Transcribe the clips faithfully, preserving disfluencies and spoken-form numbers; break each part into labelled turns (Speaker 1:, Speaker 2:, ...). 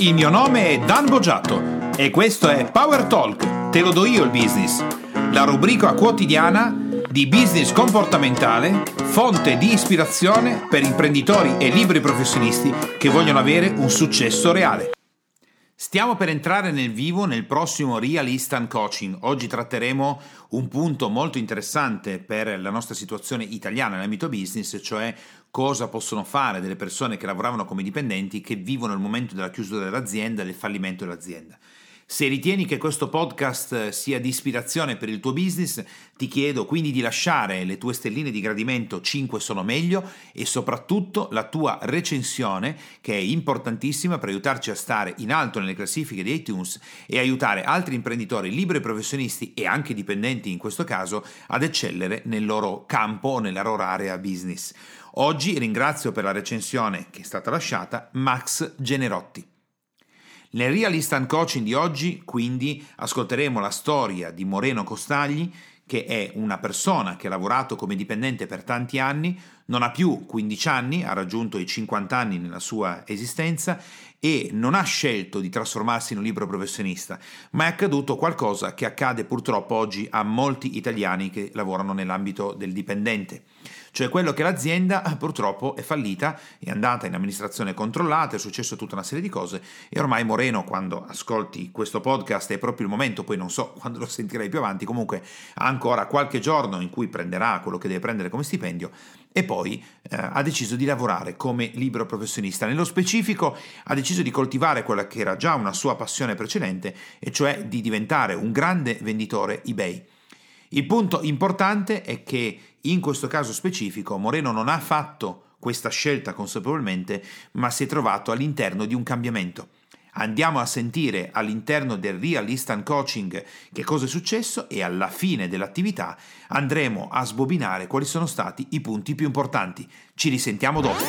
Speaker 1: Il mio nome è Dan Boggiato e questo è Power Talk, te lo do io il business, la rubrica quotidiana di business comportamentale, fonte di ispirazione per imprenditori e liberi professionisti che vogliono avere un successo reale. Stiamo per entrare nel vivo nel prossimo Real Instant Coaching. Oggi tratteremo un punto molto interessante per la nostra situazione italiana nell'ambito business, cioè cosa possono fare delle persone che lavoravano come dipendenti che vivono il momento della chiusura dell'azienda, del fallimento dell'azienda. Se ritieni che questo podcast sia di ispirazione per il tuo business, ti chiedo quindi di lasciare le tue stelline di gradimento, cinque sono meglio, e soprattutto la tua recensione, che è importantissima per aiutarci a stare in alto nelle classifiche di iTunes e aiutare altri imprenditori, liberi professionisti e anche dipendenti in questo caso ad eccellere nel loro campo o nella loro area business. Oggi ringrazio per la recensione che è stata lasciata Max Generotti. Nel Real Instant Coaching di oggi, quindi, ascolteremo la storia di Moreno Costagli, che è una persona che ha lavorato come dipendente per tanti anni, non ha più quindici anni, ha raggiunto i cinquanta anni nella sua esistenza e non ha scelto di trasformarsi in un libero professionista, ma è accaduto qualcosa che accade purtroppo oggi a molti italiani che lavorano nell'ambito del dipendente. Cioè quello che l'azienda purtroppo è fallita, è andata in amministrazione controllata, è successo tutta una serie di cose e ormai Moreno, quando ascolti questo podcast, è proprio il momento, poi non so quando lo sentirai più avanti, comunque ha ancora qualche giorno in cui prenderà quello che deve prendere come stipendio e poi eh, ha deciso di lavorare come libero professionista. Nello specifico ha deciso di coltivare quella che era già una sua passione precedente, e cioè di diventare un grande venditore eBay. Il punto importante è che in questo caso specifico Moreno non ha fatto questa scelta consapevolmente, ma si è trovato all'interno di un cambiamento. Andiamo a sentire all'interno del Real Instant Coaching che cosa è successo e alla fine dell'attività andremo a sbobinare quali sono stati i punti più importanti. Ci risentiamo dopo.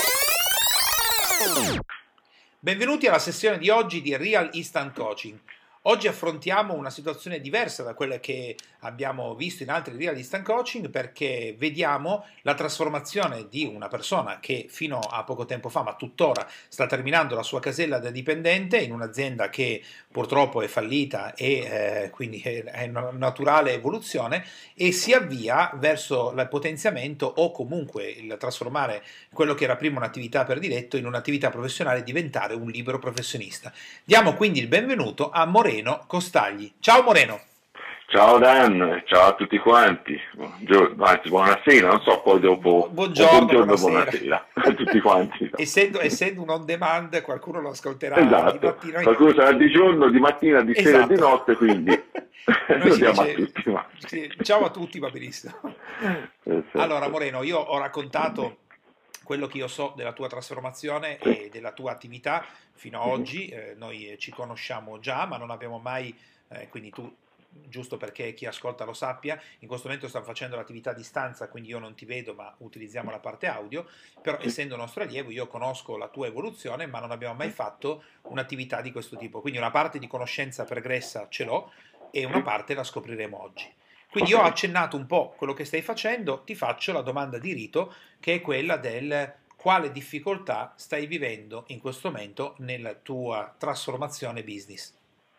Speaker 1: Benvenuti alla sessione di oggi di Real Instant Coaching. Oggi affrontiamo una situazione diversa da quella che abbiamo visto in altri Real Instant Coaching, perché vediamo la trasformazione di una persona che fino a poco tempo fa, ma tuttora, sta terminando la sua casella da dipendente in un'azienda che purtroppo è fallita e eh, quindi è una naturale evoluzione, e si avvia verso il potenziamento o comunque il trasformare quello che era prima un'attività per diletto in un'attività professionale e diventare un libero professionista. Diamo quindi il benvenuto a Moreno Costagli. Ciao Moreno.
Speaker 2: Ciao Dan, ciao a tutti quanti. Buongiorno, anzi buonasera, non so, poi dopo
Speaker 1: buongiorno,
Speaker 2: buongiorno
Speaker 1: buonasera.
Speaker 2: buonasera a tutti quanti.
Speaker 1: essendo, essendo un on demand, qualcuno lo ascolterà
Speaker 2: esatto.
Speaker 1: di mattina.
Speaker 2: Qualcuno sarà di giorno, di mattina, di
Speaker 1: esatto.
Speaker 2: sera, di notte, quindi lo diamo
Speaker 1: dice,
Speaker 2: a tutti. Ma...
Speaker 1: sì, ciao a tutti, va benissimo.
Speaker 2: Esatto.
Speaker 1: Allora Moreno, io ho raccontato quello che io so della tua trasformazione
Speaker 2: sì.
Speaker 1: e della tua attività fino ad oggi. Eh, noi ci conosciamo già, ma non abbiamo mai, eh, quindi tu, giusto perché chi ascolta lo sappia, in questo momento stiamo facendo l'attività a distanza, quindi io non ti vedo, ma utilizziamo la parte audio, però essendo nostro allievo io conosco la tua evoluzione, ma non abbiamo mai fatto un'attività di questo tipo, quindi una parte di conoscenza pregressa ce l'ho e una parte la scopriremo oggi. Quindi io ho accennato un po' quello che stai facendo, ti faccio la domanda di rito, che è quella del quale difficoltà stai vivendo in questo momento nella tua trasformazione business.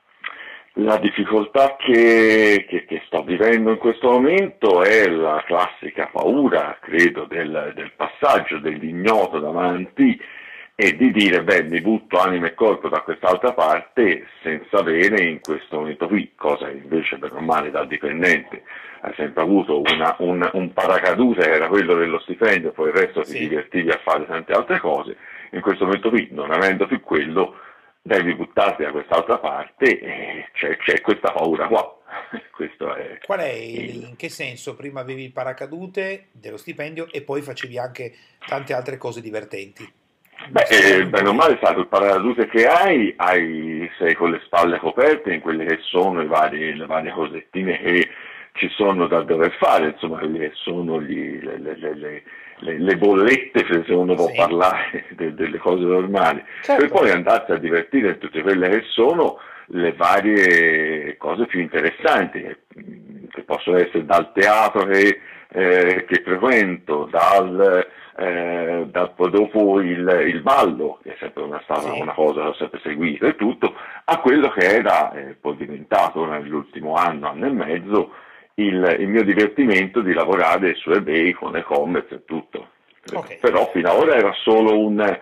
Speaker 2: La difficoltà che, che, che sto vivendo in questo momento è la classica paura, credo, del, del passaggio dell'ignoto davanti e di dire, beh, mi butto anima e corpo da quest'altra parte senza avere in questo momento qui, cosa invece per normale da dipendente hai sempre avuto una, un, un paracadute che era quello dello stipendio, poi il resto ti
Speaker 1: sì.
Speaker 2: divertivi a fare tante altre cose, in questo momento qui, non avendo più quello, devi buttarti da quest'altra parte e c'è, c'è questa paura qua. Questo è
Speaker 1: Qual è il, in che senso prima avevi il paracadute dello stipendio e poi facevi anche tante altre cose divertenti?
Speaker 2: Beh, eh, beh, non male è stato il paracadute che hai, hai, sei con le spalle coperte in quelle che sono i vari, le varie cosettine che ci sono da dover fare, insomma, quelle che sono gli, le, le, le, le, le bollette, se uno può sì. parlare de, delle cose normali, certo. Per poi andarsi a divertire in tutte quelle che sono le varie cose più interessanti, che, che possono essere dal teatro che eh, che frequento, dal, eh, dal dopo il, il ballo, che è sempre una, stata
Speaker 1: Sì.
Speaker 2: una cosa che ho sempre seguito e tutto, a quello che era eh, poi diventato nell'ultimo anno, anno e mezzo, il, il mio divertimento di lavorare su eBay con e-commerce e tutto.
Speaker 1: Ok.
Speaker 2: Però fino ad ora era solo un,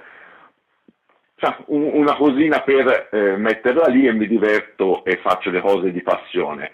Speaker 2: cioè, un, una cosina per eh, metterla lì e mi diverto e faccio le cose di passione.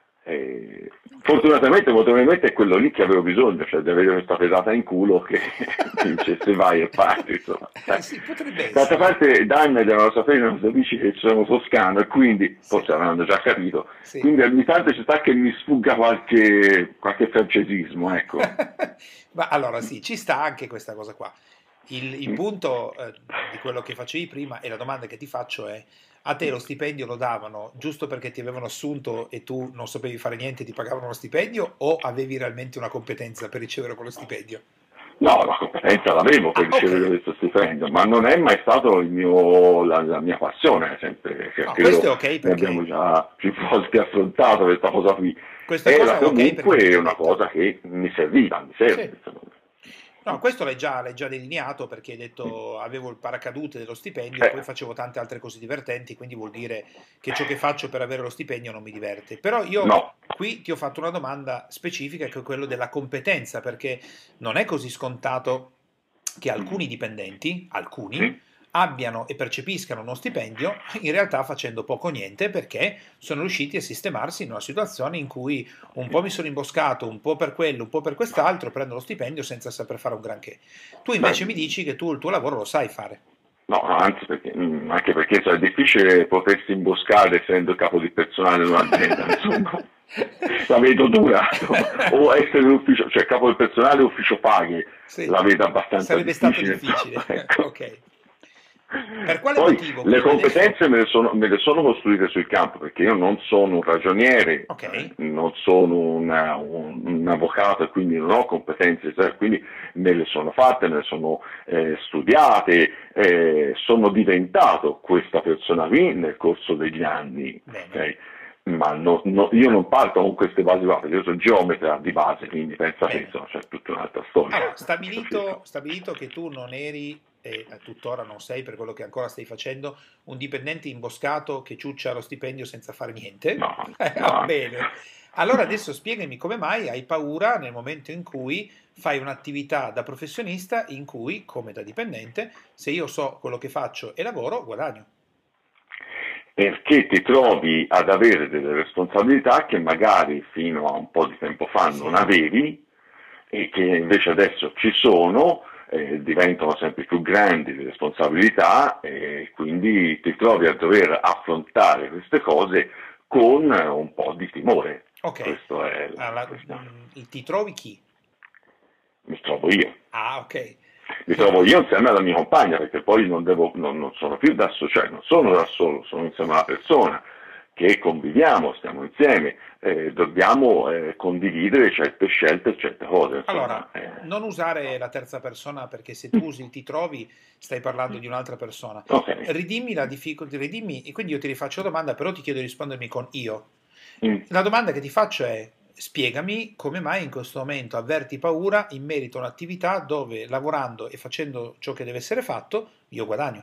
Speaker 2: Eh, fortunatamente, fortunatamente è quello lì che avevo bisogno, cioè di avere questa pedata in culo che mi dicesse vai e parti, insomma.
Speaker 1: Eh, sì, potrebbe
Speaker 2: D'altra
Speaker 1: essere.
Speaker 2: parte Dan devono sapere i nostri amici che sono toscano e quindi,
Speaker 1: Sì.
Speaker 2: forse avranno già capito,
Speaker 1: Sì.
Speaker 2: quindi ogni tanto ci sta che mi sfugga qualche, qualche francesismo, ecco.
Speaker 1: Ma allora sì, ci sta anche questa cosa qua. Il, il punto eh, di quello che facevi prima e la domanda che ti faccio è: a te lo stipendio lo davano giusto perché ti avevano assunto e tu non sapevi fare niente e ti pagavano lo stipendio, o avevi realmente una competenza per ricevere quello stipendio?
Speaker 2: No, la competenza l'avevo per
Speaker 1: Ah,
Speaker 2: ricevere
Speaker 1: ok.
Speaker 2: questo stipendio, ma non è mai stato il mio, la, la mia passione, sempre, che
Speaker 1: No,
Speaker 2: credo
Speaker 1: questo è ok
Speaker 2: ne abbiamo
Speaker 1: perché
Speaker 2: già più volte affrontato questa cosa qui.
Speaker 1: questa cosa
Speaker 2: Era
Speaker 1: è ok perché non
Speaker 2: comunque
Speaker 1: ti
Speaker 2: una
Speaker 1: metta.
Speaker 2: cosa che mi serviva, mi serve.
Speaker 1: Sì.
Speaker 2: Insomma.
Speaker 1: No, questo l'hai già, l'hai già delineato perché hai detto avevo il paracadute dello stipendio e
Speaker 2: Eh,
Speaker 1: poi facevo tante altre cose divertenti, quindi vuol dire che ciò che faccio per avere lo stipendio non mi diverte. Però io
Speaker 2: no,
Speaker 1: qui ti ho fatto una domanda specifica che è quello della competenza, perché non è così scontato che alcuni dipendenti, alcuni,
Speaker 2: sì.
Speaker 1: abbiano e percepiscano uno stipendio in realtà facendo poco o niente perché sono riusciti a sistemarsi in una situazione in cui un po' mi sono imboscato, un po' per quello, un po' per quest'altro, prendo lo stipendio senza saper fare un granché. Tu
Speaker 2: Beh,
Speaker 1: invece mi dici che tu il tuo lavoro lo sai fare.
Speaker 2: no, anzi, perché, mm, anche perché cioè, è difficile potersi imboscare essendo capo di personale in un'azienda, insomma. La vedo dura, insomma. O essere l'ufficio, cioè capo del personale ufficio paghi,
Speaker 1: Sì,
Speaker 2: la vedo abbastanza
Speaker 1: sarebbe stato
Speaker 2: difficile,
Speaker 1: difficile.
Speaker 2: insomma, ecco.
Speaker 1: Ok. Per quale
Speaker 2: Poi
Speaker 1: motivo
Speaker 2: le
Speaker 1: quindi adesso...
Speaker 2: competenze me le, sono, me le sono costruite sul campo perché io non sono un ragioniere,
Speaker 1: Ok,
Speaker 2: eh, non sono una- un, un avvocato e quindi non ho competenze, cioè, quindi me le sono fatte, me le sono eh, studiate, eh, sono diventato questa persona qui nel corso degli anni,
Speaker 1: bene,
Speaker 2: ok? Ma no- no- io non parto con queste basi qua, perché io sono geometra di base, quindi pensa che
Speaker 1: bene.
Speaker 2: insomma, c'è tutta un'altra storia.
Speaker 1: Allora, stabilito, stabilito che tu non eri, e tuttora non sei per quello che ancora stai facendo, un dipendente imboscato che ciuccia lo stipendio senza fare niente,
Speaker 2: No,
Speaker 1: eh, va
Speaker 2: no.
Speaker 1: bene. Allora adesso spiegami come mai hai paura nel momento in cui fai un'attività da professionista in cui, come da dipendente, se io so quello che faccio e lavoro, guadagno.
Speaker 2: Perché ti trovi ad avere delle responsabilità che magari fino a un po' di tempo fa non
Speaker 1: Sì,
Speaker 2: avevi e che invece adesso ci sono, eh, diventano sempre più grandi le responsabilità e quindi ti trovi a dover affrontare queste cose con eh, un po' di timore.
Speaker 1: ok.
Speaker 2: Questo è la
Speaker 1: Allora,
Speaker 2: questione.
Speaker 1: mm, ti trovi chi?
Speaker 2: Mi trovo io.
Speaker 1: Ah, ok.
Speaker 2: Mi trovo io insieme alla mia compagna, perché poi non, devo, non, non sono più da solo, cioè non sono da solo, sono insieme alla persona che conviviamo, stiamo insieme, eh, dobbiamo eh, condividere certe scelte e certe cose.
Speaker 1: Allora,
Speaker 2: Insomma, eh.
Speaker 1: non usare la terza persona perché se tu usi il ti trovi stai parlando di un'altra persona.
Speaker 2: Ok.
Speaker 1: Ridimmi la difficoltà, ridimmi, e quindi io ti rifaccio la domanda, però ti chiedo di rispondermi con io.
Speaker 2: Mm.
Speaker 1: La domanda che ti faccio è: spiegami come mai in questo momento avverti paura in merito a un'attività dove lavorando e facendo ciò che deve essere fatto, io guadagno.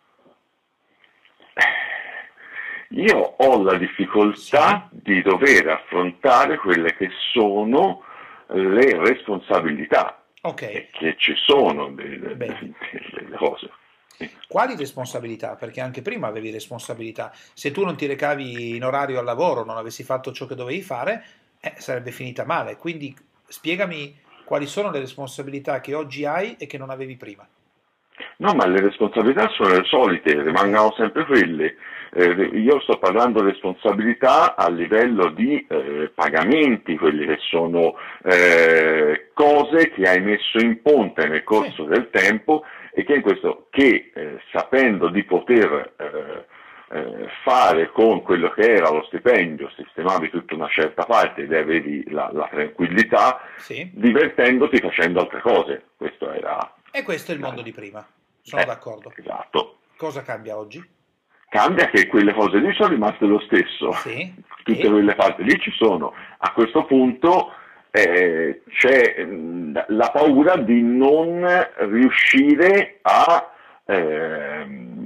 Speaker 2: Io ho la
Speaker 1: Sì?
Speaker 2: difficoltà di dover affrontare quelle che sono le responsabilità
Speaker 1: Ok,
Speaker 2: e che ci sono delle,
Speaker 1: bene.
Speaker 2: delle cose.
Speaker 1: Quali responsabilità? Perché anche prima avevi responsabilità. Se tu non ti recavi in orario al lavoro, non avessi fatto ciò che dovevi fare, eh, sarebbe finita male. Quindi spiegami quali sono le responsabilità che oggi hai e che non avevi prima.
Speaker 2: No, ma le responsabilità sono le solite,
Speaker 1: Ok,
Speaker 2: rimangono sempre quelle. Eh, io sto parlando di responsabilità a livello di eh, pagamenti, quelli che sono eh, cose che hai messo in ponte nel
Speaker 1: sì,
Speaker 2: corso del tempo e che, in questo, che eh, sapendo di poter eh, eh, fare con quello che era lo stipendio, sistemavi tutta una certa parte ed avevi la, la tranquillità,
Speaker 1: sì.
Speaker 2: divertendoti facendo altre cose. Questo era...
Speaker 1: E questo è il mondo
Speaker 2: la-
Speaker 1: di prima. Sono
Speaker 2: eh,
Speaker 1: d'accordo.
Speaker 2: esatto.
Speaker 1: Cosa cambia oggi?
Speaker 2: Cambia che quelle cose lì sono rimaste lo stesso,
Speaker 1: Sì.
Speaker 2: tutte
Speaker 1: E?
Speaker 2: quelle parti lì ci sono. A questo punto eh, c'è mh, la paura di non riuscire a, ehm,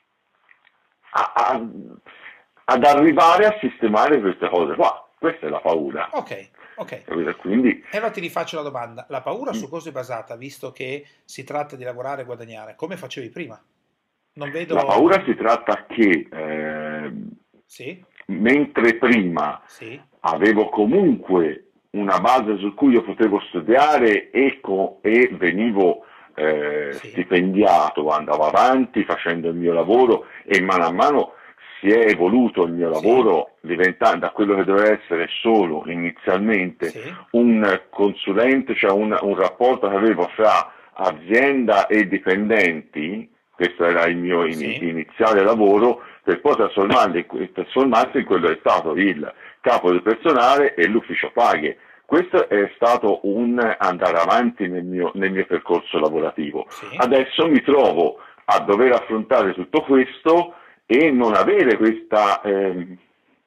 Speaker 2: a- a- ad arrivare a sistemare queste cose qua. Questa è la paura.
Speaker 3: Ok, ok.
Speaker 2: Capito? Quindi
Speaker 3: E allora ti rifaccio la domanda. La paura su cosa è basata, visto che si tratta di lavorare e guadagnare? Come facevi prima? Non
Speaker 2: la
Speaker 3: vedo...
Speaker 2: paura si tratta che ehm,
Speaker 3: Sì?
Speaker 2: mentre prima
Speaker 3: Sì?
Speaker 2: avevo comunque una base su cui io potevo studiare e, co- e venivo eh,
Speaker 3: Sì?
Speaker 2: stipendiato, andavo avanti facendo il mio lavoro e mano a mano si è evoluto il mio
Speaker 3: Sì?
Speaker 2: lavoro diventando da quello che doveva essere solo inizialmente
Speaker 3: Sì?
Speaker 2: un consulente, cioè un, un rapporto che avevo fra azienda e dipendenti, questo era il mio in-
Speaker 3: Sì?
Speaker 2: iniziale lavoro, per poi trasformarli in que- trasformarsi in quello che è stato il capo del personale e l'ufficio paghe. Questo è stato un andare avanti nel mio, nel mio percorso lavorativo.
Speaker 3: Sì?
Speaker 2: Adesso mi trovo a dover affrontare tutto questo e non avere questa, ehm,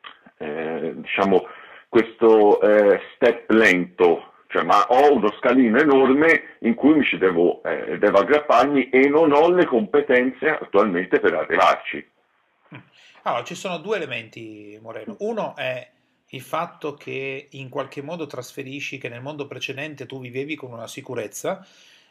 Speaker 2: eh, diciamo, questo eh, step lento, cioè, ma ho uno scalino enorme in cui mi ci devo, eh, devo aggrapparmi e non ho le competenze attualmente per arrivarci.
Speaker 3: Allora, ci sono due elementi, Moreno. Uno è il fatto che in qualche modo trasferisci che nel mondo precedente tu vivevi con una sicurezza,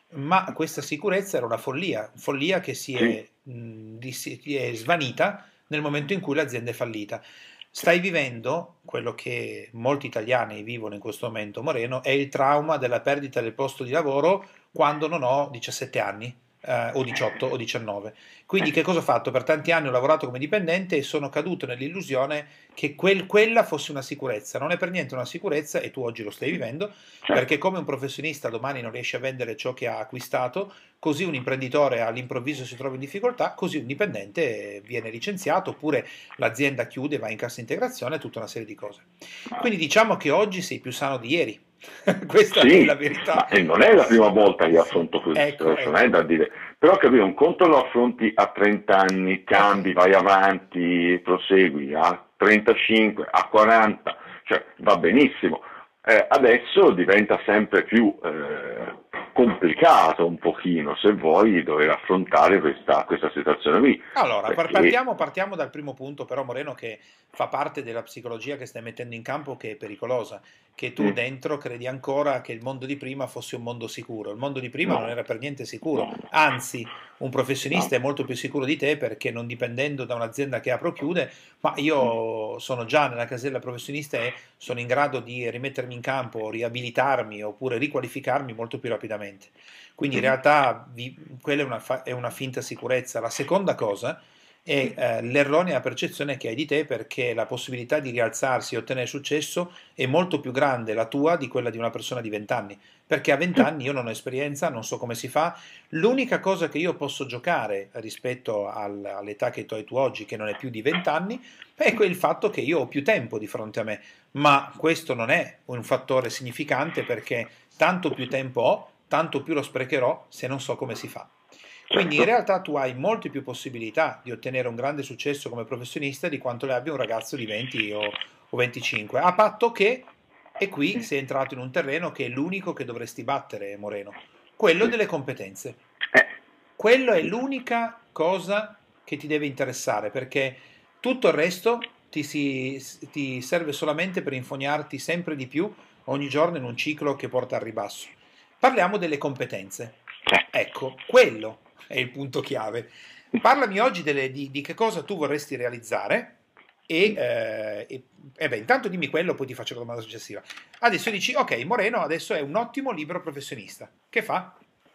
Speaker 3: ma questa sicurezza era una follia, follia che si
Speaker 2: Sì,
Speaker 3: è, mh, di- si è svanita nel momento in cui l'azienda è fallita.
Speaker 2: sì,
Speaker 3: Stai vivendo quello che molti italiani vivono in questo momento, Moreno, è il trauma della perdita del posto di lavoro quando non ho diciassette anni, eh, o diciotto o diciannove. Quindi che cosa ho fatto? Per tanti anni ho lavorato come dipendente e sono caduto nell'illusione che quel- quella fosse una sicurezza. Non è per niente una sicurezza e tu oggi lo stai vivendo, perché
Speaker 2: certo.
Speaker 3: come un professionista domani non riesce a vendere ciò che ha acquistato, così un imprenditore all'improvviso si trova in difficoltà, così un dipendente viene licenziato oppure l'azienda chiude, va in cassa integrazione, tutta una serie di cose. Quindi diciamo che oggi sei più sano di ieri. Questa è la
Speaker 2: Sì,
Speaker 3: verità.
Speaker 2: ma eh, non è la prima volta che affronto questo,
Speaker 3: Ecco,
Speaker 2: adesso non è
Speaker 3: ecco.
Speaker 2: da dire, però capito, un conto lo affronti a trenta anni,
Speaker 3: Ok.
Speaker 2: cambi, vai avanti, prosegui, a trentacinque, a quaranta, cioè va benissimo. Eh, adesso diventa sempre più eh, complicato un pochino se vuoi dover affrontare questa, questa situazione qui,
Speaker 3: Allora, par-
Speaker 2: perché
Speaker 3: partiamo, partiamo dal primo punto, però, Moreno, che fa parte della psicologia che stai mettendo in campo, che è pericolosa, che tu
Speaker 2: mm,
Speaker 3: dentro credi ancora che il mondo di prima fosse un mondo sicuro. Il mondo di prima non
Speaker 2: no,
Speaker 3: era per niente sicuro,
Speaker 2: no,
Speaker 3: anzi, un
Speaker 2: no,
Speaker 3: professionista è molto più sicuro di te perché non dipendendo da un'azienda che apre o chiude, ma io sono già nella casella professionista e sono in grado di rimettermi in campo, riabilitarmi oppure riqualificarmi molto più rapidamente. Quindi in
Speaker 2: mm,
Speaker 3: realtà vi- quella è una, fa- è una finta sicurezza. La seconda cosa è eh, l'erronea percezione che hai di te perché la possibilità di rialzarsi e ottenere successo è molto più grande la tua di quella di una persona di venti anni. Perché a venti
Speaker 2: sì,
Speaker 3: anni io non ho esperienza, non so come si fa. L'unica cosa che io posso giocare rispetto al- all'età che tu hai tu oggi, che non è più di venti anni, è quel fatto che io ho più tempo di fronte a me. Ma questo non è un fattore significante perché tanto più tempo ho, tanto più lo sprecherò se non so come si fa. Quindi in
Speaker 2: certo.
Speaker 3: realtà tu hai molte più possibilità di ottenere un grande successo come professionista di quanto le abbia un ragazzo di venti o, o venticinque, a patto che, e qui
Speaker 2: Sì,
Speaker 3: sei entrato in un terreno che è l'unico che dovresti battere, Moreno, quello
Speaker 2: sì.
Speaker 3: delle competenze.
Speaker 2: Eh,
Speaker 3: Quello è l'unica cosa che ti deve interessare, perché tutto il resto ti, si- ti serve solamente per infognarti sempre di più ogni giorno in un ciclo che porta al ribasso. Parliamo delle competenze.
Speaker 2: certo.
Speaker 3: Ecco, quello è il punto chiave. Parlami oggi delle- di, di che cosa tu vorresti realizzare e, eh, e- e beh, intanto dimmi quello, poi ti faccio la domanda successiva. Adesso dici, ok, Moreno adesso è un ottimo libero professionista. Che fa?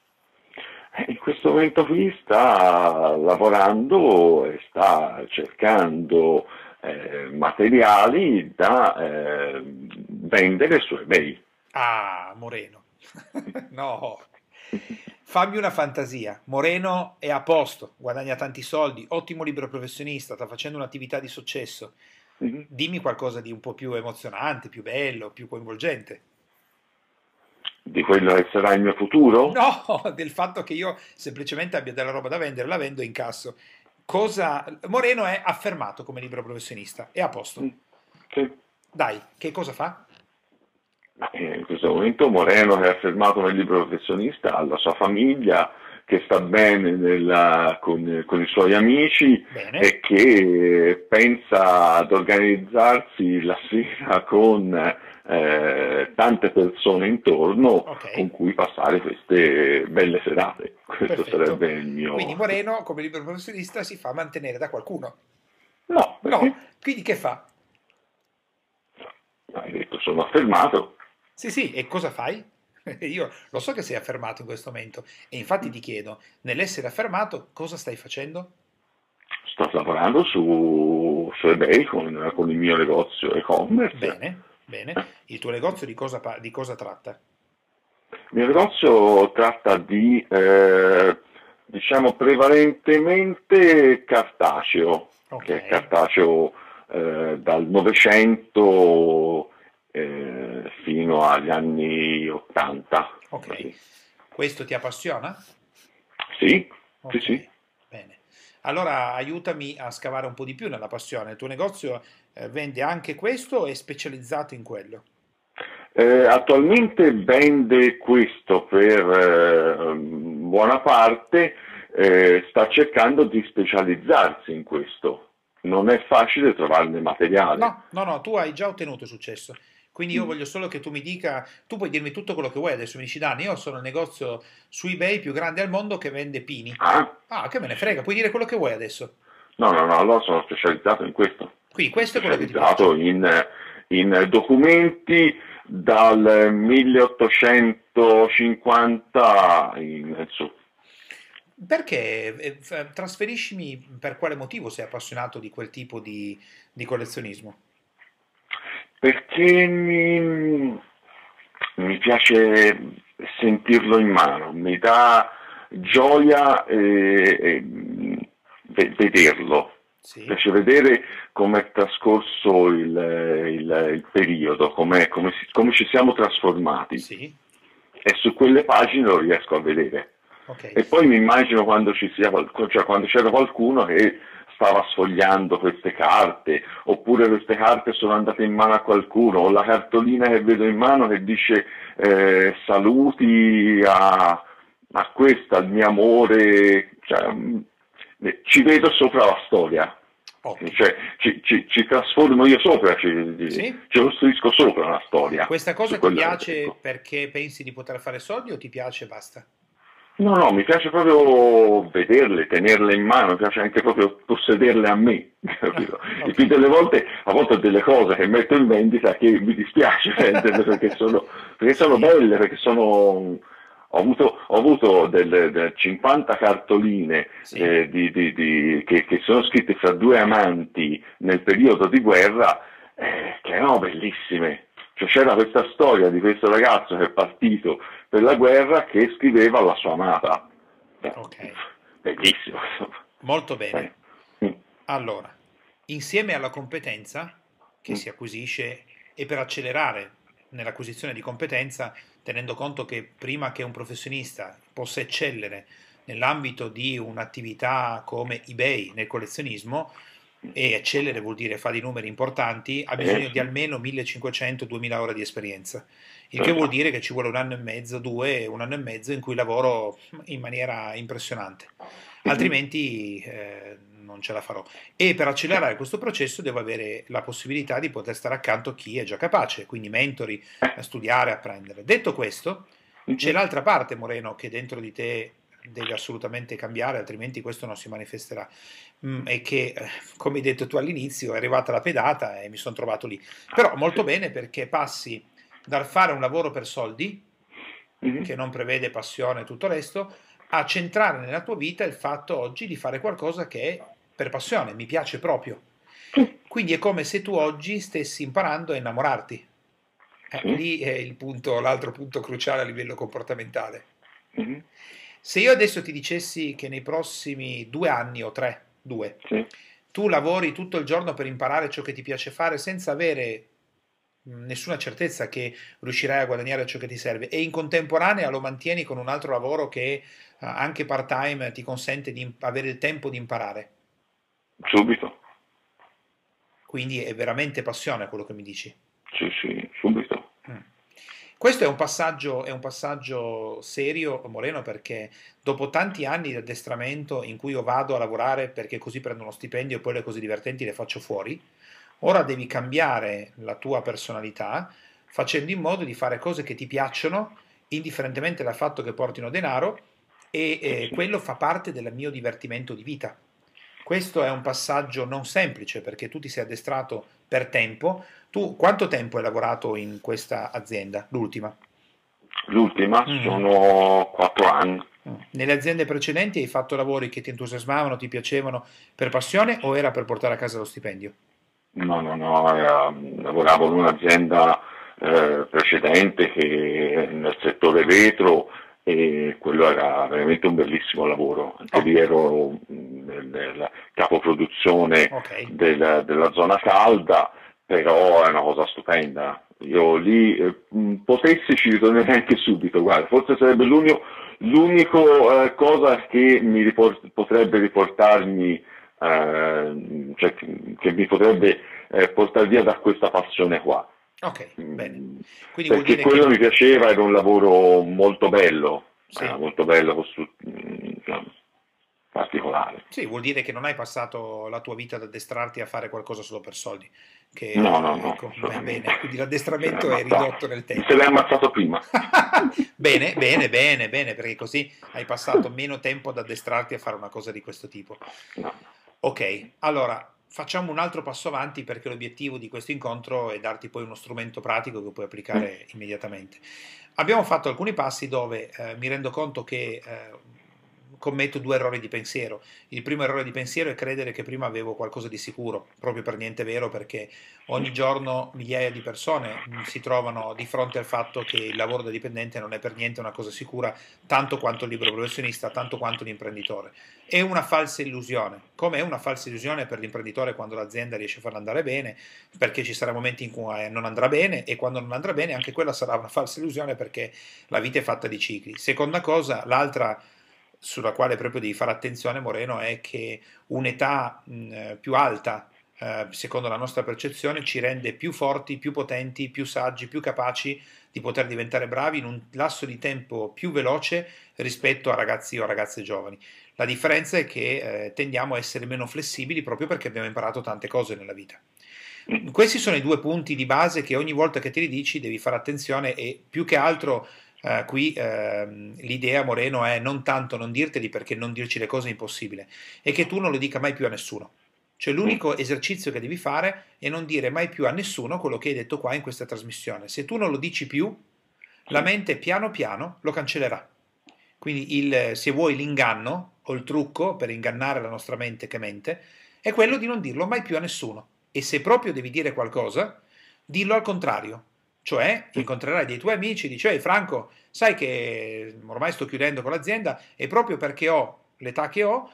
Speaker 2: Eh, In questo momento qui sta lavorando e sta cercando eh, materiali da eh, vendere su eBay.
Speaker 3: Ah, Moreno. No. Fammi una fantasia. Moreno è a posto, guadagna tanti soldi, ottimo libero professionista, sta facendo un'attività di successo.
Speaker 2: Mhm.
Speaker 3: Dimmi qualcosa di un po' più emozionante, più bello, più coinvolgente.
Speaker 2: Di quello che sarà il mio futuro?
Speaker 3: No, del fatto che io semplicemente abbia della roba da vendere, la vendo e incasso. Cosa... Moreno è affermato come libero professionista, è a posto.
Speaker 2: Mm, sì.
Speaker 3: Dai, che cosa fa?
Speaker 2: Ma, eh, in questo questo momento Moreno, che ha affermato nel libro professionista, alla sua famiglia, che sta bene nella, con, con i suoi amici.
Speaker 3: Bene.
Speaker 2: E che pensa ad organizzarsi la sera con eh, tante persone intorno,
Speaker 3: Ok.
Speaker 2: con cui passare queste belle serate. Questo
Speaker 3: Perfetto.
Speaker 2: sarebbe il mio...
Speaker 3: Quindi Moreno, come libero professionista, si fa mantenere da qualcuno.
Speaker 2: No, perché?
Speaker 3: No, quindi che fa?
Speaker 2: Hai detto, sono affermato.
Speaker 3: Sì, sì, e cosa fai? Io lo so che sei affermato in questo momento e infatti ti chiedo, nell'essere affermato, cosa stai facendo?
Speaker 2: Sto lavorando su, su eBay con, con il mio negozio e-commerce.
Speaker 3: Bene, bene. Il tuo negozio di cosa, pa- di cosa tratta?
Speaker 2: Il mio negozio tratta di, eh, diciamo, prevalentemente cartaceo,
Speaker 3: Ok,
Speaker 2: che è cartaceo eh, dal Novecento eh, fino agli anni Ottanta.
Speaker 3: ok. Questo ti appassiona?
Speaker 2: Sì, sì,
Speaker 3: Ok,
Speaker 2: sì.
Speaker 3: bene. Allora aiutami a scavare un po' di più nella passione. Il tuo negozio eh, vende anche questo o è specializzato in quello?
Speaker 2: Eh, attualmente vende questo per eh, buona parte, eh, sta cercando di specializzarsi in questo. Non è facile trovarne materiale.
Speaker 3: No, no, no, tu hai già ottenuto successo. Quindi io
Speaker 2: Mm.
Speaker 3: voglio solo che tu mi dica, tu puoi dirmi tutto quello che vuoi, adesso mi dici Dani, io sono il negozio su eBay più grande al mondo che vende pini.
Speaker 2: Ah,
Speaker 3: Ah, che me ne frega, puoi dire quello che vuoi adesso.
Speaker 2: no, no, no, allora sono specializzato in questo.
Speaker 3: Quindi
Speaker 2: Sono
Speaker 3: questo è quello che ti
Speaker 2: specializzato
Speaker 3: piace.
Speaker 2: in, in documenti dal milleottocentocinquanta in su.
Speaker 3: Perché? Eh, f- Trasferiscimi per quale motivo sei appassionato di quel tipo di, di collezionismo?
Speaker 2: Perché mi, mi piace sentirlo in mano, mi dà gioia eh, eh, ve- vederlo. Mi
Speaker 3: Sì,
Speaker 2: piace vedere come è trascorso il, il- il periodo, com'è- come, si- come ci siamo trasformati,
Speaker 3: sì,
Speaker 2: e su quelle pagine lo riesco a vedere.
Speaker 3: ok.
Speaker 2: E poi mi immagino quando ci sia qual- cioè quando c'era qualcuno che stava sfogliando queste carte, oppure queste carte sono andate in mano a qualcuno, o la cartolina che vedo in mano che dice eh, saluti a, a questa, al mio amore, cioè, mh, ci vedo sopra la storia.
Speaker 3: Ottimo.
Speaker 2: Cioè, ci, ci- ci trasformo io sopra, ci,
Speaker 3: Sì?
Speaker 2: ci costruisco sopra una storia
Speaker 3: Questa
Speaker 2: su
Speaker 3: cosa ti
Speaker 2: quella che
Speaker 3: piace
Speaker 2: tengo.
Speaker 3: perché pensi di poter fare soldi o ti piace e basta?
Speaker 2: No, no, mi piace proprio vederle, tenerle in mano, mi piace anche proprio possederle a me, capito?
Speaker 3: Ah,
Speaker 2: E più
Speaker 3: ok.
Speaker 2: delle volte, a volte ho delle cose che metto in vendita che mi dispiace venderle perché sono, perché sono
Speaker 3: Sì,
Speaker 2: belle, perché sono... Ho avuto, ho avuto delle, delle cinquanta cartoline
Speaker 3: sì.
Speaker 2: eh, di- di- di- che, che sono scritte fra due amanti nel periodo di guerra, eh, che erano bellissime. Cioè, c'era questa storia di questo ragazzo che è partito per la guerra, che scriveva alla sua amata. Eh,
Speaker 3: Ok,
Speaker 2: Bellissimo, insomma.
Speaker 3: molto
Speaker 2: Eh,
Speaker 3: bene.
Speaker 2: mm,
Speaker 3: Allora, insieme alla competenza che
Speaker 2: mm,
Speaker 3: si acquisisce e per accelerare nell'acquisizione di competenza, tenendo conto che prima che un professionista possa eccellere nell'ambito di un'attività come eBay nel collezionismo, e eccellere vuol dire fare dei numeri importanti, ha
Speaker 2: eh,
Speaker 3: bisogno di
Speaker 2: sì,
Speaker 3: almeno millecinquecento-duemila ore di esperienza, il che vuol dire
Speaker 2: esatto.
Speaker 3: che ci vuole un anno e mezzo, due, un anno e mezzo in cui lavoro in maniera impressionante,
Speaker 2: Mhm,
Speaker 3: altrimenti eh, non ce la farò. E per accelerare questo processo devo avere la possibilità di poter stare accanto a chi è già capace, quindi mentori,
Speaker 2: eh,
Speaker 3: a studiare, apprendere. Detto questo, c'è
Speaker 2: mhm.
Speaker 3: l'altra parte, Moreno, che dentro di te deve assolutamente cambiare, altrimenti questo non si manifesterà. Mm, e che, eh, come hai detto tu all'inizio, è arrivata la pedata e mi sono trovato lì. Però molto
Speaker 2: Sì.
Speaker 3: bene perché passi dal fare un lavoro per soldi,
Speaker 2: Mhm.
Speaker 3: che non prevede passione e tutto il resto, a centrare nella tua vita il fatto oggi di fare qualcosa che è per passione, mi piace proprio.
Speaker 2: Sì,
Speaker 3: Quindi è come se tu oggi stessi imparando a innamorarti. Eh,
Speaker 2: sì,
Speaker 3: lì è il punto, l'altro punto cruciale a livello comportamentale.
Speaker 2: mhm,
Speaker 3: Se io adesso ti dicessi che nei prossimi due anni o tre, due,
Speaker 2: sì.
Speaker 3: tu lavori tutto il giorno per imparare ciò che ti piace fare senza avere mh, nessuna certezza che riuscirai a guadagnare ciò che ti serve e in contemporanea lo mantieni con un altro lavoro che eh, anche part-time ti consente di imp- avere il tempo di imparare.
Speaker 2: Subito.
Speaker 3: Quindi è veramente passione quello che mi dici.
Speaker 2: Sì, sì, subito.
Speaker 3: Mm. Questo è un passaggio, è un passaggio serio, Moreno, perché dopo tanti anni di addestramento in cui io vado a lavorare perché così prendo uno stipendio e poi le cose divertenti le faccio fuori, ora devi cambiare la tua personalità facendo in modo di fare cose che ti piacciono, indifferentemente dal fatto che portino denaro, e eh, quello fa parte del mio divertimento di vita. Questo è un passaggio non semplice perché tu ti sei addestrato per tempo. Tu quanto tempo hai lavorato in questa azienda, l'ultima?
Speaker 2: L'ultima
Speaker 3: Mm.
Speaker 2: sono quattro anni.
Speaker 3: Mm. Nelle aziende precedenti hai fatto lavori che ti entusiasmavano, ti piacevano per passione o era per portare a casa lo stipendio?
Speaker 2: No, no, no, era- lavoravo in un'azienda eh, precedente che nel settore vetro e quello era veramente un bellissimo lavoro. Anche
Speaker 3: Oh,
Speaker 2: lì ero mh, nel, nel capoproduzione
Speaker 3: ok.
Speaker 2: del- della zona calda, però è una cosa stupenda. Io lì eh, mh, potessi ci ritornerei anche subito, guarda, forse sarebbe l'unico, l'unico eh, cosa che mi riport- potrebbe riportarmi, eh, cioè che che mi potrebbe eh, portare via da questa passione qua.
Speaker 3: Ok, bene.
Speaker 2: Mm,
Speaker 3: Quindi vuol
Speaker 2: Perché
Speaker 3: dire
Speaker 2: quello mi
Speaker 3: che
Speaker 2: piaceva, era un lavoro molto bello, era
Speaker 3: sì.
Speaker 2: molto bello, costru- mm, insomma, particolare.
Speaker 3: Sì, vuol dire che non hai passato la tua vita ad addestrarti a fare qualcosa solo per soldi.
Speaker 2: No, no,
Speaker 3: Che,
Speaker 2: no,
Speaker 3: ecco, beh,
Speaker 2: assolutamente.
Speaker 3: bene, quindi
Speaker 2: Se l'è
Speaker 3: l'addestramento è ridotto
Speaker 2: ammazzato.
Speaker 3: nel
Speaker 2: Se l'è
Speaker 3: tempo.
Speaker 2: ammazzato prima.
Speaker 3: Bene, bene, bene, bene, perché così hai passato meno tempo ad addestrarti a fare una cosa di questo tipo.
Speaker 2: No.
Speaker 3: Ok, allora facciamo un altro passo avanti perché l'obiettivo di questo incontro è darti poi uno strumento pratico che puoi
Speaker 2: Mm.
Speaker 3: applicare immediatamente. Abbiamo fatto alcuni passi dove eh, mi rendo conto che eh, commetto due errori di pensiero. Il primo errore di pensiero è credere che prima avevo qualcosa di sicuro, proprio per niente vero, perché ogni giorno migliaia di persone mh, si trovano di fronte al fatto che il lavoro da dipendente non è per niente una cosa sicura, tanto quanto il libero professionista, tanto quanto l'imprenditore. È una falsa illusione, come è una falsa illusione per l'imprenditore quando l'azienda riesce a farla andare bene, perché ci saranno momenti in cui eh, non andrà bene e quando non andrà bene anche quella sarà una falsa illusione perché la vita è fatta di cicli. Seconda cosa, l'altra sulla quale proprio devi fare attenzione, Moreno, è che un'età mh, più alta, eh, secondo la nostra percezione, ci rende più forti, più potenti, più saggi, più capaci di poter diventare bravi in un lasso di tempo più veloce rispetto a ragazzi o ragazze giovani. La differenza è che eh, tendiamo a essere meno flessibili proprio perché abbiamo imparato tante cose nella vita. Questi sono i due punti di base che ogni volta che te li dici devi fare attenzione e più che altro eh, qui ehm, l'idea, Moreno, è non tanto non dirteli perché non dirci le cose è impossibile, è che tu non lo dica mai più a nessuno. Cioè l'unico esercizio che devi fare è non dire mai più a nessuno quello che hai detto qua in questa trasmissione. Se tu non lo dici più, la mente piano piano lo cancellerà. Quindi il, se vuoi l'inganno o il trucco per ingannare la nostra mente che mente è quello di non dirlo mai più a nessuno. E se proprio devi dire qualcosa, dillo al contrario. Cioè, incontrerai dei tuoi amici e dici, ehi Franco, sai che ormai sto chiudendo con l'azienda e proprio perché ho l'età che ho,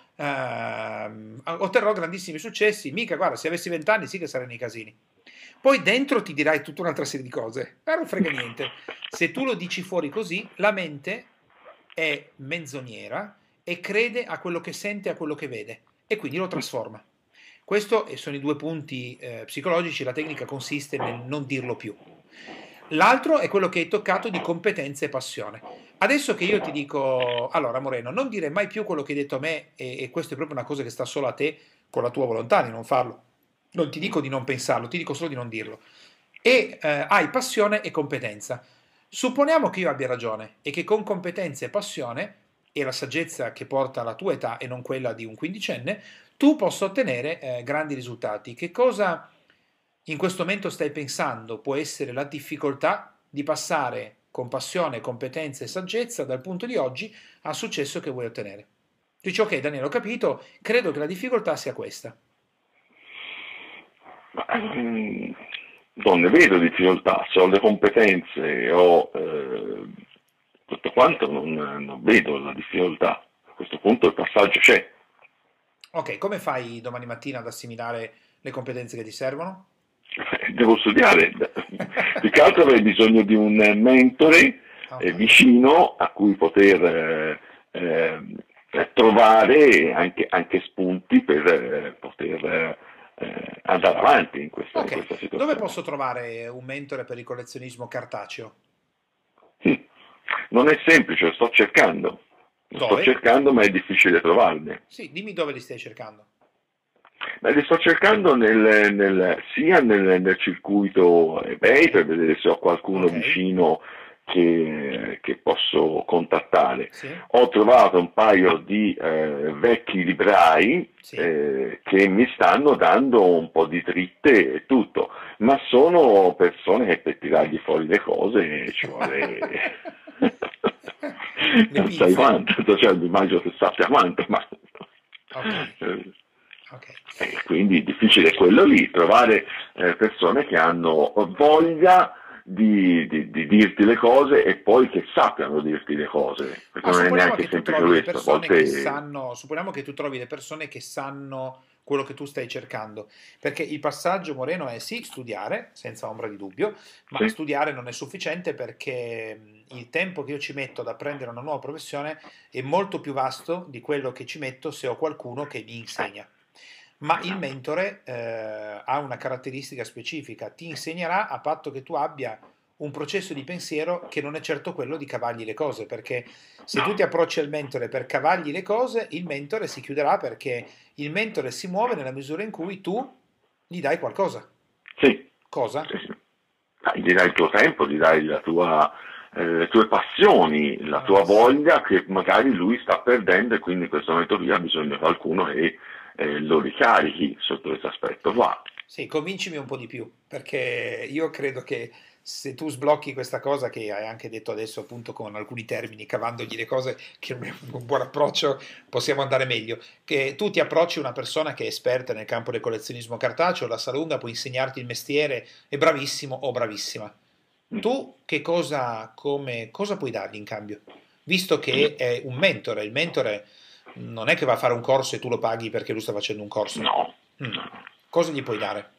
Speaker 3: ehm, otterrò grandissimi successi. Mica, guarda, se avessi vent'anni sì che sarei nei casini. Poi dentro ti dirai tutta un'altra serie di cose. Ma non frega niente. Se tu lo dici fuori così, la mente è menzognera e crede a quello che sente, a quello che vede e quindi lo trasforma. Questi sono i due punti eh, psicologici, la tecnica consiste nel non dirlo più. L'altro è quello che hai toccato di competenza e passione. Adesso che io ti dico, allora Moreno, non dire mai più quello che hai detto a me e, e questo è proprio una cosa che sta solo a te con la tua volontà di non farlo. Non ti dico di non pensarlo, ti dico solo di non dirlo. E eh, hai passione e competenza. Supponiamo che io abbia ragione e che con competenza e passione e la saggezza che porta alla tua età e non quella di un quindicenne, tu possa ottenere eh, grandi risultati. Che cosa in questo momento stai pensando può essere la difficoltà di passare con passione, competenza e saggezza dal punto di oggi al successo che vuoi ottenere? Dici ok Daniele, ho capito, credo che la difficoltà sia questa.
Speaker 2: Ma, mm, non ne vedo difficoltà, se ho le competenze, ho eh, tutto quanto, non, non vedo la difficoltà. A questo punto il passaggio c'è.
Speaker 3: Ok, come fai domani mattina ad assimilare le competenze che ti servono?
Speaker 2: Devo studiare, più che altro avrei bisogno di un mentore
Speaker 3: Ok.
Speaker 2: eh, vicino a cui poter eh, eh, trovare anche, anche spunti per eh, poter eh, andare avanti in questa, in
Speaker 3: Ok,
Speaker 2: questa
Speaker 3: dove
Speaker 2: situazione.
Speaker 3: posso trovare un mentore per il collezionismo cartaceo?
Speaker 2: Non è semplice, lo sto cercando. Lo sto
Speaker 3: Dove?
Speaker 2: cercando, ma è difficile trovarne.
Speaker 3: Sì, dimmi dove li stai cercando.
Speaker 2: Beh, li sto cercando nel, nel- sia nel, nel circuito eBay per vedere se ho qualcuno
Speaker 3: Ok.
Speaker 2: vicino che, che posso contattare.
Speaker 3: Sì,
Speaker 2: Ho trovato un paio di eh, vecchi librai
Speaker 3: sì.
Speaker 2: eh, che mi stanno dando un po' di dritte e tutto, ma sono persone che per tirargli fuori le cose ci vuole
Speaker 3: Le
Speaker 2: non sai
Speaker 3: pinze.
Speaker 2: quanto, cioè immagino che sappia quanto, ma
Speaker 3: Ok,
Speaker 2: eh,
Speaker 3: ok.
Speaker 2: e quindi è difficile quello lì, trovare eh, persone che hanno voglia di, di- di dirti le cose e poi che sappiano dirti le cose, perché
Speaker 3: Ma
Speaker 2: non è
Speaker 3: supponiamo
Speaker 2: neanche
Speaker 3: che tu
Speaker 2: semplice
Speaker 3: trovi le
Speaker 2: questo, a
Speaker 3: persone che
Speaker 2: volte
Speaker 3: sanno, supponiamo che tu trovi le persone che sanno quello che tu stai cercando, perché il passaggio, Moreno, è sì studiare, senza ombra di dubbio, ma
Speaker 2: sì,
Speaker 3: studiare non è sufficiente perché mh, il tempo che io ci metto ad apprendere una nuova professione è molto più vasto di quello che ci metto se ho qualcuno che mi insegna. Ma il
Speaker 2: esatto.
Speaker 3: mentore eh, ha una caratteristica specifica, ti insegnerà a patto che tu abbia un processo di pensiero che non è certo quello di cavargli le cose, perché se tu
Speaker 2: No,
Speaker 3: ti approcci al mentore per cavargli le cose, il mentore si chiuderà perché il mentore si muove nella misura in cui tu gli dai qualcosa.
Speaker 2: sì,
Speaker 3: Cosa?
Speaker 2: sì, sì. Dai, gli dai il tuo tempo, gli dai la tua, eh, le tue passioni, la tua
Speaker 3: Bravissimo.
Speaker 2: voglia che magari lui sta perdendo e quindi in questo momento qui ha bisogno di qualcuno che eh, lo ricarichi sotto questo aspetto qua.
Speaker 3: Sì, convincimi un po' di più, perché io credo che se tu sblocchi questa cosa che hai anche detto adesso appunto con alcuni termini, cavandogli le cose, che non è un buon approccio, possiamo andare meglio. Che tu ti approcci a una persona che è esperta nel campo del collezionismo cartaceo, la sa lunga, può insegnarti il mestiere, è bravissimo o bravissima.
Speaker 2: Mm.
Speaker 3: Tu che cosa, come, cosa puoi dargli in cambio? Visto che è un mentore, il mentore non è che va a fare un corso e tu lo paghi perché lui sta facendo un corso.
Speaker 2: No,
Speaker 3: Mm.
Speaker 2: no.
Speaker 3: Cosa gli puoi dare?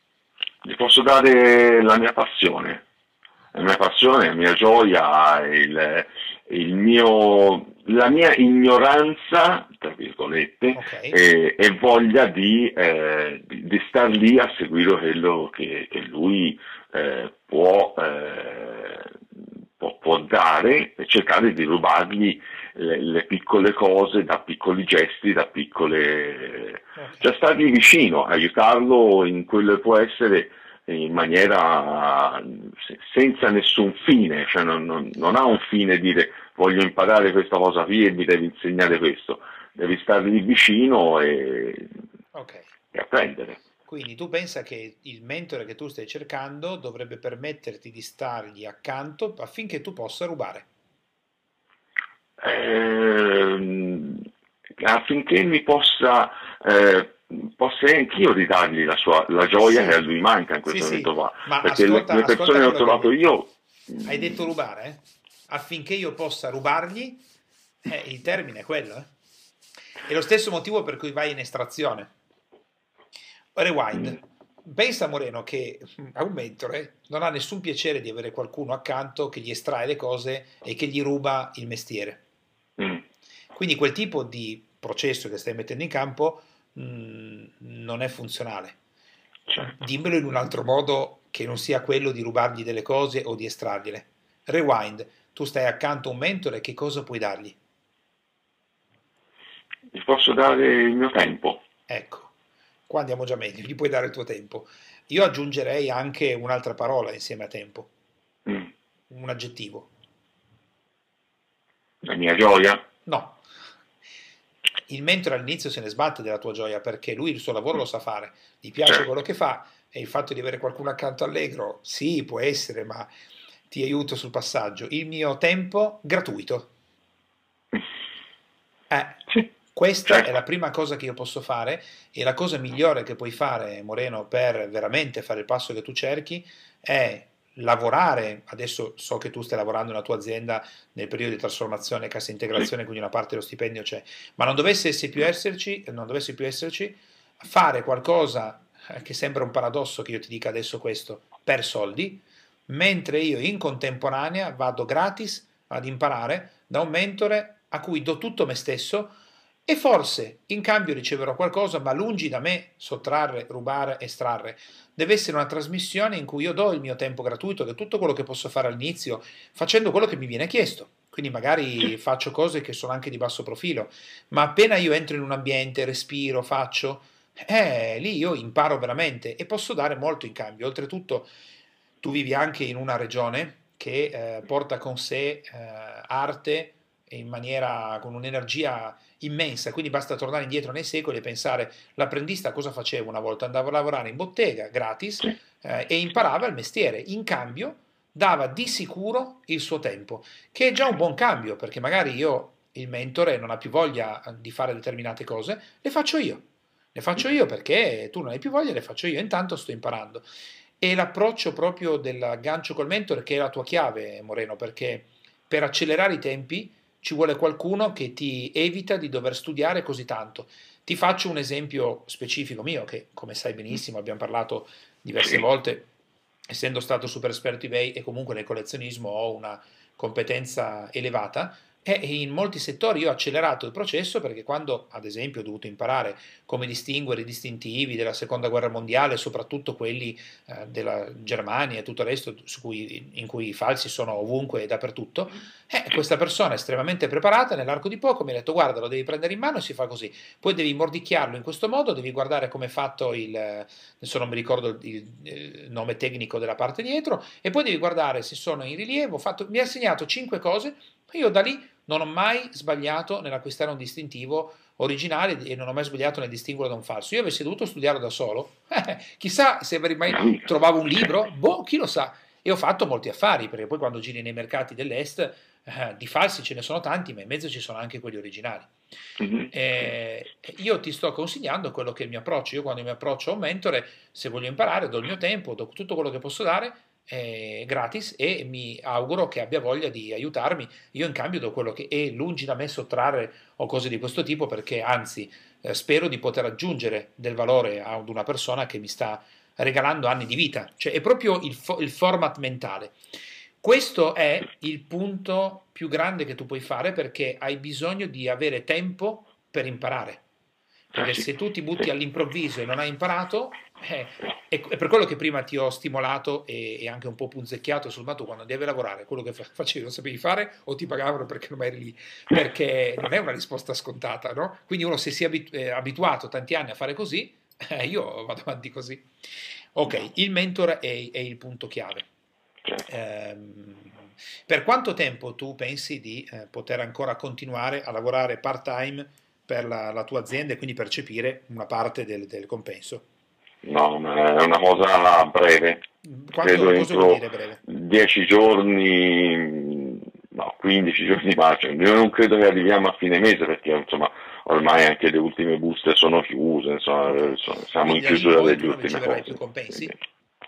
Speaker 2: Gli posso dare la mia passione, la mia passione, la mia gioia, il, il mio, la mia ignoranza, tra virgolette,
Speaker 3: Ok,
Speaker 2: e, e voglia di, eh, di, di star lì a seguire quello che, che lui eh, può, eh, può, può dare e cercare di rubargli le, le piccole cose da piccoli gesti, da piccole...
Speaker 3: ok.
Speaker 2: cioè stargli vicino, aiutarlo in quello che può essere in maniera se- senza nessun fine, cioè non, non- non ha un fine dire voglio imparare questa cosa qui e mi devi insegnare questo, devi stargli vicino e,
Speaker 3: Ok.
Speaker 2: e apprendere.
Speaker 3: Quindi tu pensa che il mentore che tu stai cercando dovrebbe permetterti di stargli accanto affinché tu possa rubare.
Speaker 2: Ehm, affinché mi possa, eh, possa anch'io ridargli la, sua, la gioia che a
Speaker 3: Sì,
Speaker 2: lui manca in
Speaker 3: sì,
Speaker 2: questo
Speaker 3: sì,
Speaker 2: momento qua,
Speaker 3: ma
Speaker 2: perché le,
Speaker 3: ascolta,
Speaker 2: le
Speaker 3: ascolta
Speaker 2: persone che ho
Speaker 3: quello che hai
Speaker 2: trovato
Speaker 3: detto.
Speaker 2: io,
Speaker 3: Hai detto
Speaker 2: mm,
Speaker 3: rubare, eh? Affinché io possa rubargli, eh, il termine è quello, eh? È lo stesso motivo per cui vai in estrazione.
Speaker 2: mm,
Speaker 3: Rewind. Pensa Moreno che a un mentore non ha nessun piacere di avere qualcuno accanto che gli estrae le cose e che gli ruba il mestiere.
Speaker 2: mm,
Speaker 3: Quindi quel tipo di processo che stai mettendo in campo mh, non è funzionale.
Speaker 2: certo.
Speaker 3: Dimmelo in un altro modo che non sia quello di rubargli delle cose o di estrargliele. Rewind, tu stai accanto a un mentore, che cosa puoi dargli?
Speaker 2: Gli posso dare il mio tempo.
Speaker 3: Ecco, qua andiamo già meglio, gli puoi dare il tuo tempo. Io aggiungerei anche un'altra parola insieme a tempo,
Speaker 2: Mm.
Speaker 3: un aggettivo.
Speaker 2: La mia gioia?
Speaker 3: No, il mentore all'inizio se ne sbatte della tua gioia perché lui il suo lavoro lo
Speaker 2: Mm.
Speaker 3: sa fare, gli piace quello
Speaker 2: Certo.
Speaker 3: che fa e il fatto di avere qualcuno accanto allegro, sì, può essere, ma ti aiuto sul passaggio. Il mio tempo gratuito. Eh,
Speaker 2: Sì,
Speaker 3: questa è la
Speaker 2: certo.
Speaker 3: prima cosa che io posso fare e la cosa migliore che puoi fare, Moreno, per veramente fare il passo che tu cerchi è lavorare. Adesso so che tu stai lavorando nella tua azienda nel periodo di trasformazione, cassa
Speaker 2: Sì.
Speaker 3: integrazione, quindi una parte dello stipendio c'è, ma non dovesse esserci più esserci, non dovesse più esserci, fare qualcosa eh, che sembra un paradosso che io ti dica adesso questo per soldi, mentre io in contemporanea vado gratis ad imparare da un mentore a cui do tutto me stesso e forse in cambio riceverò qualcosa, ma lungi da me sottrarre, rubare, estrarre. Deve essere una trasmissione in cui io do il mio tempo gratuito, che è tutto quello che posso fare all'inizio, facendo quello che mi viene chiesto. quindi magari faccio cose che sono anche di basso profilo, ma appena io entro in un ambiente, respiro, faccio, eh, lì io imparo veramente e posso dare molto in cambio. Oltretutto, tu vivi anche in una regione che eh, porta con sé eh, arte in maniera, con un'energia immensa, quindi basta tornare indietro nei secoli e pensare, l'apprendista cosa faceva una volta? Andava a lavorare in bottega gratis eh, e imparava il mestiere, in cambio dava di sicuro il suo tempo, che è già un buon cambio, perché magari io, il mentore, non ha più voglia di fare determinate cose, le faccio io, le faccio io perché tu non hai più voglia, le faccio io, intanto sto imparando. E l'approccio proprio del gancio col mentore che è la tua chiave, Moreno, perché per accelerare i tempi ci vuole qualcuno che ti evita di dover studiare così tanto. Ti faccio un esempio specifico mio, che come sai benissimo abbiamo parlato diverse volte, essendo stato super esperto eBay e comunque nel collezionismo ho una competenza elevata, e in molti settori io ho accelerato il processo perché quando, ad esempio, ho dovuto imparare come distinguere i distintivi della seconda guerra mondiale, soprattutto quelli eh, della Germania e tutto il resto su cui, in cui i falsi sono ovunque e dappertutto, eh, questa persona estremamente preparata nell'arco di poco mi ha detto guarda, lo devi prendere in mano e si fa così, poi devi mordicchiarlo in questo modo, devi guardare come è fatto il, adesso non mi ricordo il, il, il nome tecnico della parte dietro, e poi devi guardare se sono in rilievo, fatto, mi ha insegnato cinque cose, io da lì non ho mai sbagliato nell'acquistare un distintivo originale e non ho mai sbagliato nel distinguerlo da un falso. Io avessi dovuto studiarlo da solo, eh, chissà se avrei mai trovato un libro, boh, chi lo sa. E ho fatto molti affari, perché poi quando giri nei mercati dell'est eh, di falsi ce ne sono tanti, ma in mezzo ci sono anche quelli originali. Eh, io ti sto consigliando quello che è il mio approccio. Io quando mi approccio a un mentore, se voglio imparare, do il mio tempo, do tutto quello che posso dare, eh, gratis, e mi auguro che abbia voglia di aiutarmi. Io in cambio do quello che è, lungi da me sottrarre o cose di questo tipo, perché anzi eh, spero di poter aggiungere del valore ad una persona che mi sta regalando anni di vita, cioè è proprio il, fo- il format mentale. Questo è il punto più grande che tu puoi fare, perché hai bisogno di avere tempo per imparare. Perché se tu ti butti all'improvviso e non hai imparato, eh, è, è per quello che prima ti ho stimolato e, e anche un po' punzecchiato sul ma tu quando devi lavorare, quello che fa- facevi lo sapevi fare o ti pagavano perché non eri lì? Perché non è una risposta scontata, no? Quindi uno se si è abitu- eh, abituato tanti anni a fare così, eh, io vado avanti così. Ok, il mentor è, è il punto chiave. Ehm, per quanto tempo tu pensi di eh, poter ancora continuare a lavorare part-time per la, la tua azienda e quindi percepire una parte del, del compenso?
Speaker 2: No, ma è una cosa breve.
Speaker 3: Quanto,
Speaker 2: Credo
Speaker 3: cosa vuol
Speaker 2: entro
Speaker 3: dire breve?
Speaker 2: dieci giorni, no, quindici giorni massimo. Io non credo che arriviamo a fine mese perché insomma ormai anche le ultime buste sono chiuse, insomma,
Speaker 3: Okay.
Speaker 2: siamo
Speaker 3: Quindi
Speaker 2: in
Speaker 3: da lì in
Speaker 2: chiusura
Speaker 3: poi
Speaker 2: delle
Speaker 3: tu non
Speaker 2: ultime
Speaker 3: riceverai
Speaker 2: cose.
Speaker 3: più compensi?
Speaker 2: Quindi-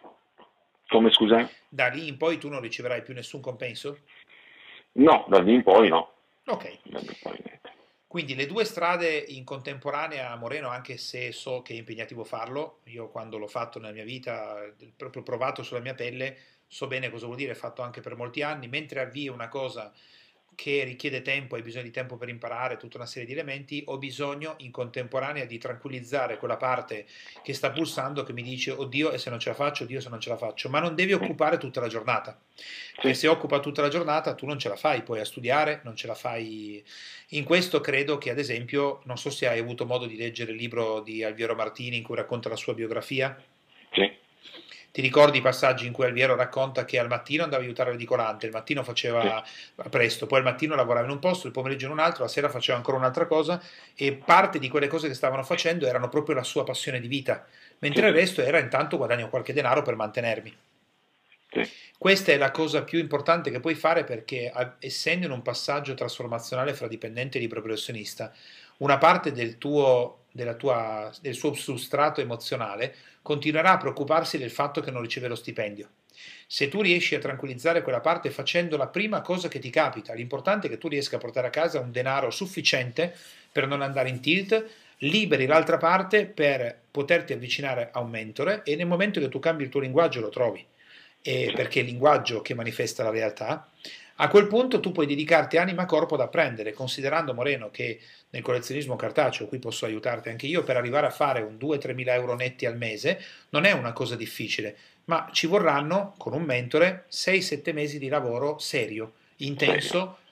Speaker 2: Come scusa?
Speaker 3: Da lì in poi tu non riceverai più nessun compenso?
Speaker 2: No, da lì in poi no.
Speaker 3: Ok.
Speaker 2: Da lì in poi niente.
Speaker 3: Quindi le due strade in contemporanea a Moreno, anche se so che è impegnativo farlo, io quando l'ho fatto nella mia vita, proprio provato sulla mia pelle, so bene cosa vuol dire, fatto anche per molti anni, mentre avvii una cosa che richiede tempo, hai bisogno di tempo per imparare tutta una serie di elementi, ho bisogno in contemporanea di tranquillizzare quella parte che sta pulsando, che mi dice oddio e se non ce la faccio, oddio se non ce la faccio, ma non devi occupare tutta la giornata, perché se occupa tutta la giornata tu non ce la fai poi a studiare, non ce la fai. In questo credo che ad esempio, non so se hai avuto modo di leggere il libro di Alviero Martini in cui racconta la sua biografia.
Speaker 2: Sì.
Speaker 3: Ti ricordi i passaggi in cui Alviero racconta che al mattino andava a aiutare l'edicolante, il mattino faceva presto, poi al mattino lavorava in un posto, il pomeriggio in un altro, la sera faceva ancora un'altra cosa e parte di quelle cose che stavano facendo erano proprio la sua passione di vita, mentre il resto era intanto guadagno qualche denaro per mantenermi.
Speaker 2: Sì.
Speaker 3: Questa è la cosa più importante che puoi fare perché essendo in un passaggio trasformazionale fra dipendente e libero professionista, una parte del tuo, della tua, del suo substrato emozionale continuerà a preoccuparsi del fatto che non riceve lo stipendio. Se tu riesci a tranquillizzare quella parte facendo la prima cosa che ti capita, l'importante è che tu riesca a portare a casa un denaro sufficiente per non andare in tilt, liberi l'altra parte per poterti avvicinare a un mentore e nel momento che tu cambi il tuo linguaggio lo trovi, e perché è il linguaggio che manifesta la realtà. A quel punto tu puoi dedicarti anima e corpo ad apprendere, considerando Moreno che nel collezionismo cartaceo, qui posso aiutarti anche io, per arrivare a fare un due tre mila euro netti al mese non è una cosa difficile, ma ci vorranno con un mentore sei sette mesi di lavoro serio, intenso,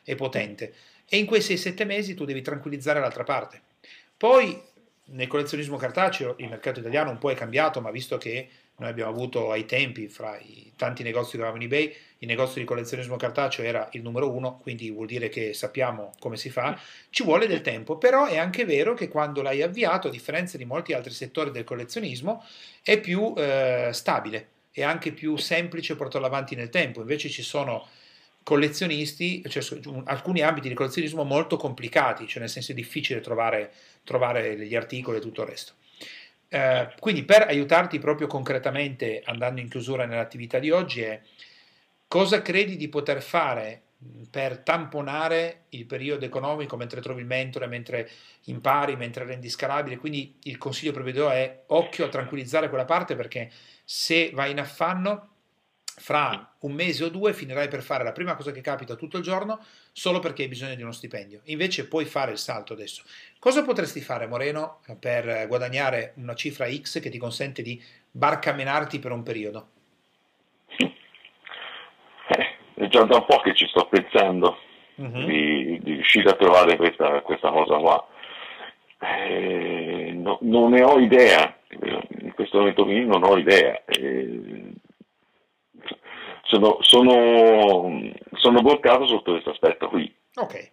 Speaker 3: è potente, e in quei sei sette mesi tu devi tranquillizzare l'altra parte. Poi nel collezionismo cartaceo il mercato italiano un po' è cambiato, ma visto che noi abbiamo avuto ai tempi, fra i tanti negozi che avevamo in eBay, il negozio di collezionismo cartaceo era il numero uno, quindi vuol dire che sappiamo come si fa, ci vuole del tempo, però è anche vero che quando l'hai avviato, a differenza di molti altri settori del collezionismo, è più eh, stabile, è anche più semplice portarlo avanti nel tempo. Invece ci sono collezionisti, cioè alcuni ambiti di collezionismo molto complicati, cioè nel senso è difficile trovare, trovare gli articoli e tutto il resto. Eh, quindi per aiutarti proprio concretamente, andando in chiusura nell'attività di oggi, è cosa credi di poter fare per tamponare il periodo economico mentre trovi il mentore, mentre impari, mentre rendi scalabile. Quindi il consiglio proprio è occhio a tranquillizzare quella parte, perché se vai in affanno fra un mese o due finirai per fare la prima cosa che capita tutto il giorno solo perché hai bisogno di uno stipendio. Invece puoi fare il salto adesso. Cosa potresti fare, Moreno, per guadagnare una cifra X che ti consente di barcamenarti per un periodo?
Speaker 2: Eh, è già da un po' che ci sto pensando uh-huh. di, di riuscire a trovare questa, questa cosa qua. Eh, no, non ne ho idea, in questo momento qui non ho idea. Eh, Sono, sono, sono bloccato sotto questo aspetto qui.
Speaker 3: Ok.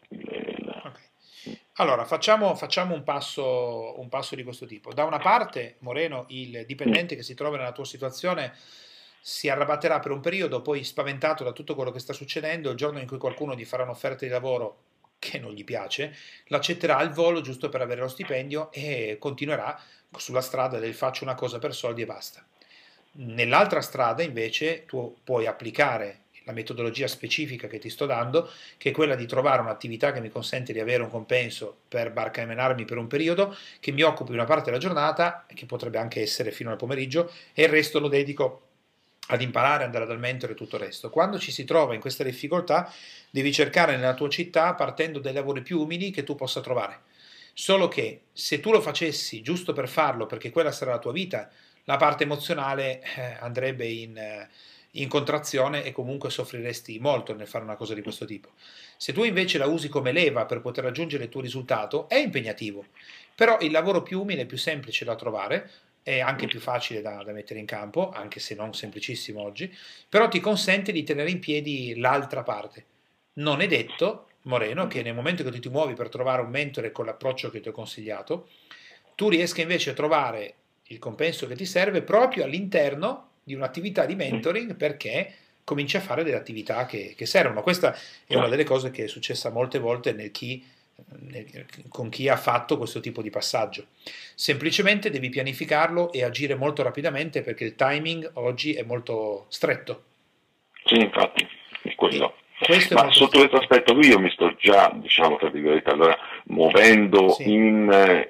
Speaker 3: okay. Allora, facciamo, facciamo un, passo, un passo di questo tipo. Da una parte, Moreno, il dipendente che si trova nella tua situazione si arrabatterà per un periodo, poi spaventato da tutto quello che sta succedendo, il giorno in cui qualcuno gli farà un'offerta di lavoro che non gli piace, l'accetterà al volo giusto per avere lo stipendio e continuerà sulla strada del faccio una cosa per soldi e basta. Nell'altra strada invece tu puoi applicare la metodologia specifica che ti sto dando, che è quella di trovare un'attività che mi consente di avere un compenso per barcamenarmi per un periodo, che mi occupi una parte della giornata, che potrebbe anche essere fino al pomeriggio, e il resto lo dedico ad imparare, andare dal mentore e tutto il resto. Quando ci si trova in questa difficoltà devi cercare nella tua città, partendo dai lavori più umili che tu possa trovare. Solo che se tu lo facessi giusto per farlo, perché quella sarà la tua vita, la parte emozionale eh, andrebbe in, eh, in contrazione e comunque soffriresti molto nel fare una cosa di questo tipo. Se tu invece la usi come leva per poter raggiungere il tuo risultato, è impegnativo, però il lavoro più umile è più semplice da trovare, è anche più facile da, da mettere in campo, anche se non semplicissimo oggi, però ti consente di tenere in piedi l'altra parte. Non è detto, Moreno, che nel momento che tu ti muovi per trovare un mentore con l'approccio che ti ho consigliato, tu riesca invece a trovare il compenso che ti serve proprio all'interno di un'attività di mentoring, perché cominci a fare delle attività che, che servono. Questa è una delle cose che è successa molte volte nel chi, nel, con chi ha fatto questo tipo di passaggio. Semplicemente devi pianificarlo e agire molto rapidamente, perché il timing oggi è molto stretto.
Speaker 2: Sì, infatti, è quello.
Speaker 3: Questo
Speaker 2: Ma sotto questo aspetto qui io mi sto già, diciamo, tra virgolette, allora, muovendo sì. in,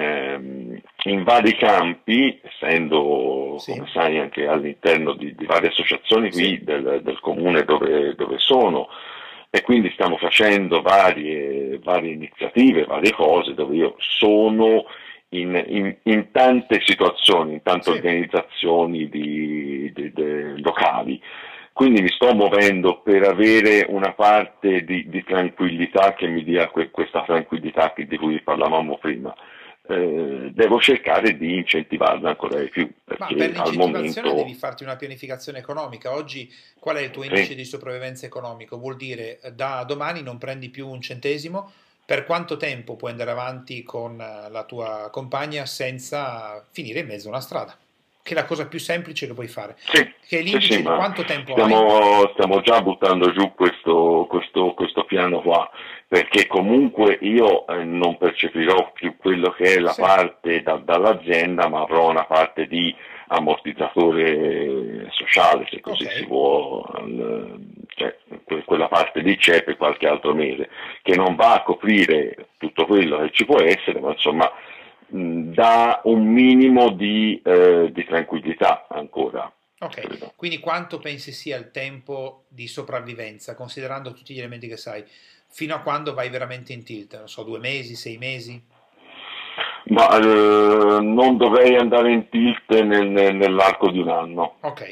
Speaker 2: in, in vari campi, essendo, sì. come sai, anche all'interno di, di varie associazioni qui sì. del, del comune dove, dove sono, e quindi stiamo facendo varie, varie iniziative, varie cose, dove io sono in, in, in tante situazioni, in tante sì. organizzazioni di, di, di, locali. Quindi mi sto muovendo per avere una parte di, di tranquillità che mi dia que, questa tranquillità che, di cui parlavamo prima. Eh, devo cercare di incentivarla ancora di più.
Speaker 3: Ma per l'incentivazione momento... devi farti una pianificazione economica. Oggi qual è il tuo indice sì. di sopravvivenza economico? Vuol dire da domani non prendi più un centesimo. Per quanto tempo puoi andare avanti con la tua compagna senza finire in mezzo a una strada? Che è la cosa più semplice che puoi fare,
Speaker 2: sì,
Speaker 3: che è l'indice
Speaker 2: sì, sì,
Speaker 3: di quanto tempo
Speaker 2: stiamo,
Speaker 3: hai.
Speaker 2: Stiamo già buttando giù questo, questo, questo piano qua, perché comunque io eh, non percepirò più quello che è la sì. parte da, dall'azienda, ma avrò una parte di ammortizzatore sociale, se così okay. si può, cioè quella parte lì c'è per qualche altro mese, che non va a coprire tutto quello che ci può essere, ma insomma dà un minimo di, eh, di tranquillità ancora.
Speaker 3: Ok, credo. Quindi quanto pensi sia il tempo di sopravvivenza, considerando tutti gli elementi che sai, fino a quando vai veramente in tilt? Non so, due mesi, sei mesi?
Speaker 2: Ma eh, non dovrei andare in tilt nel, nell'arco di un anno.
Speaker 3: Ok,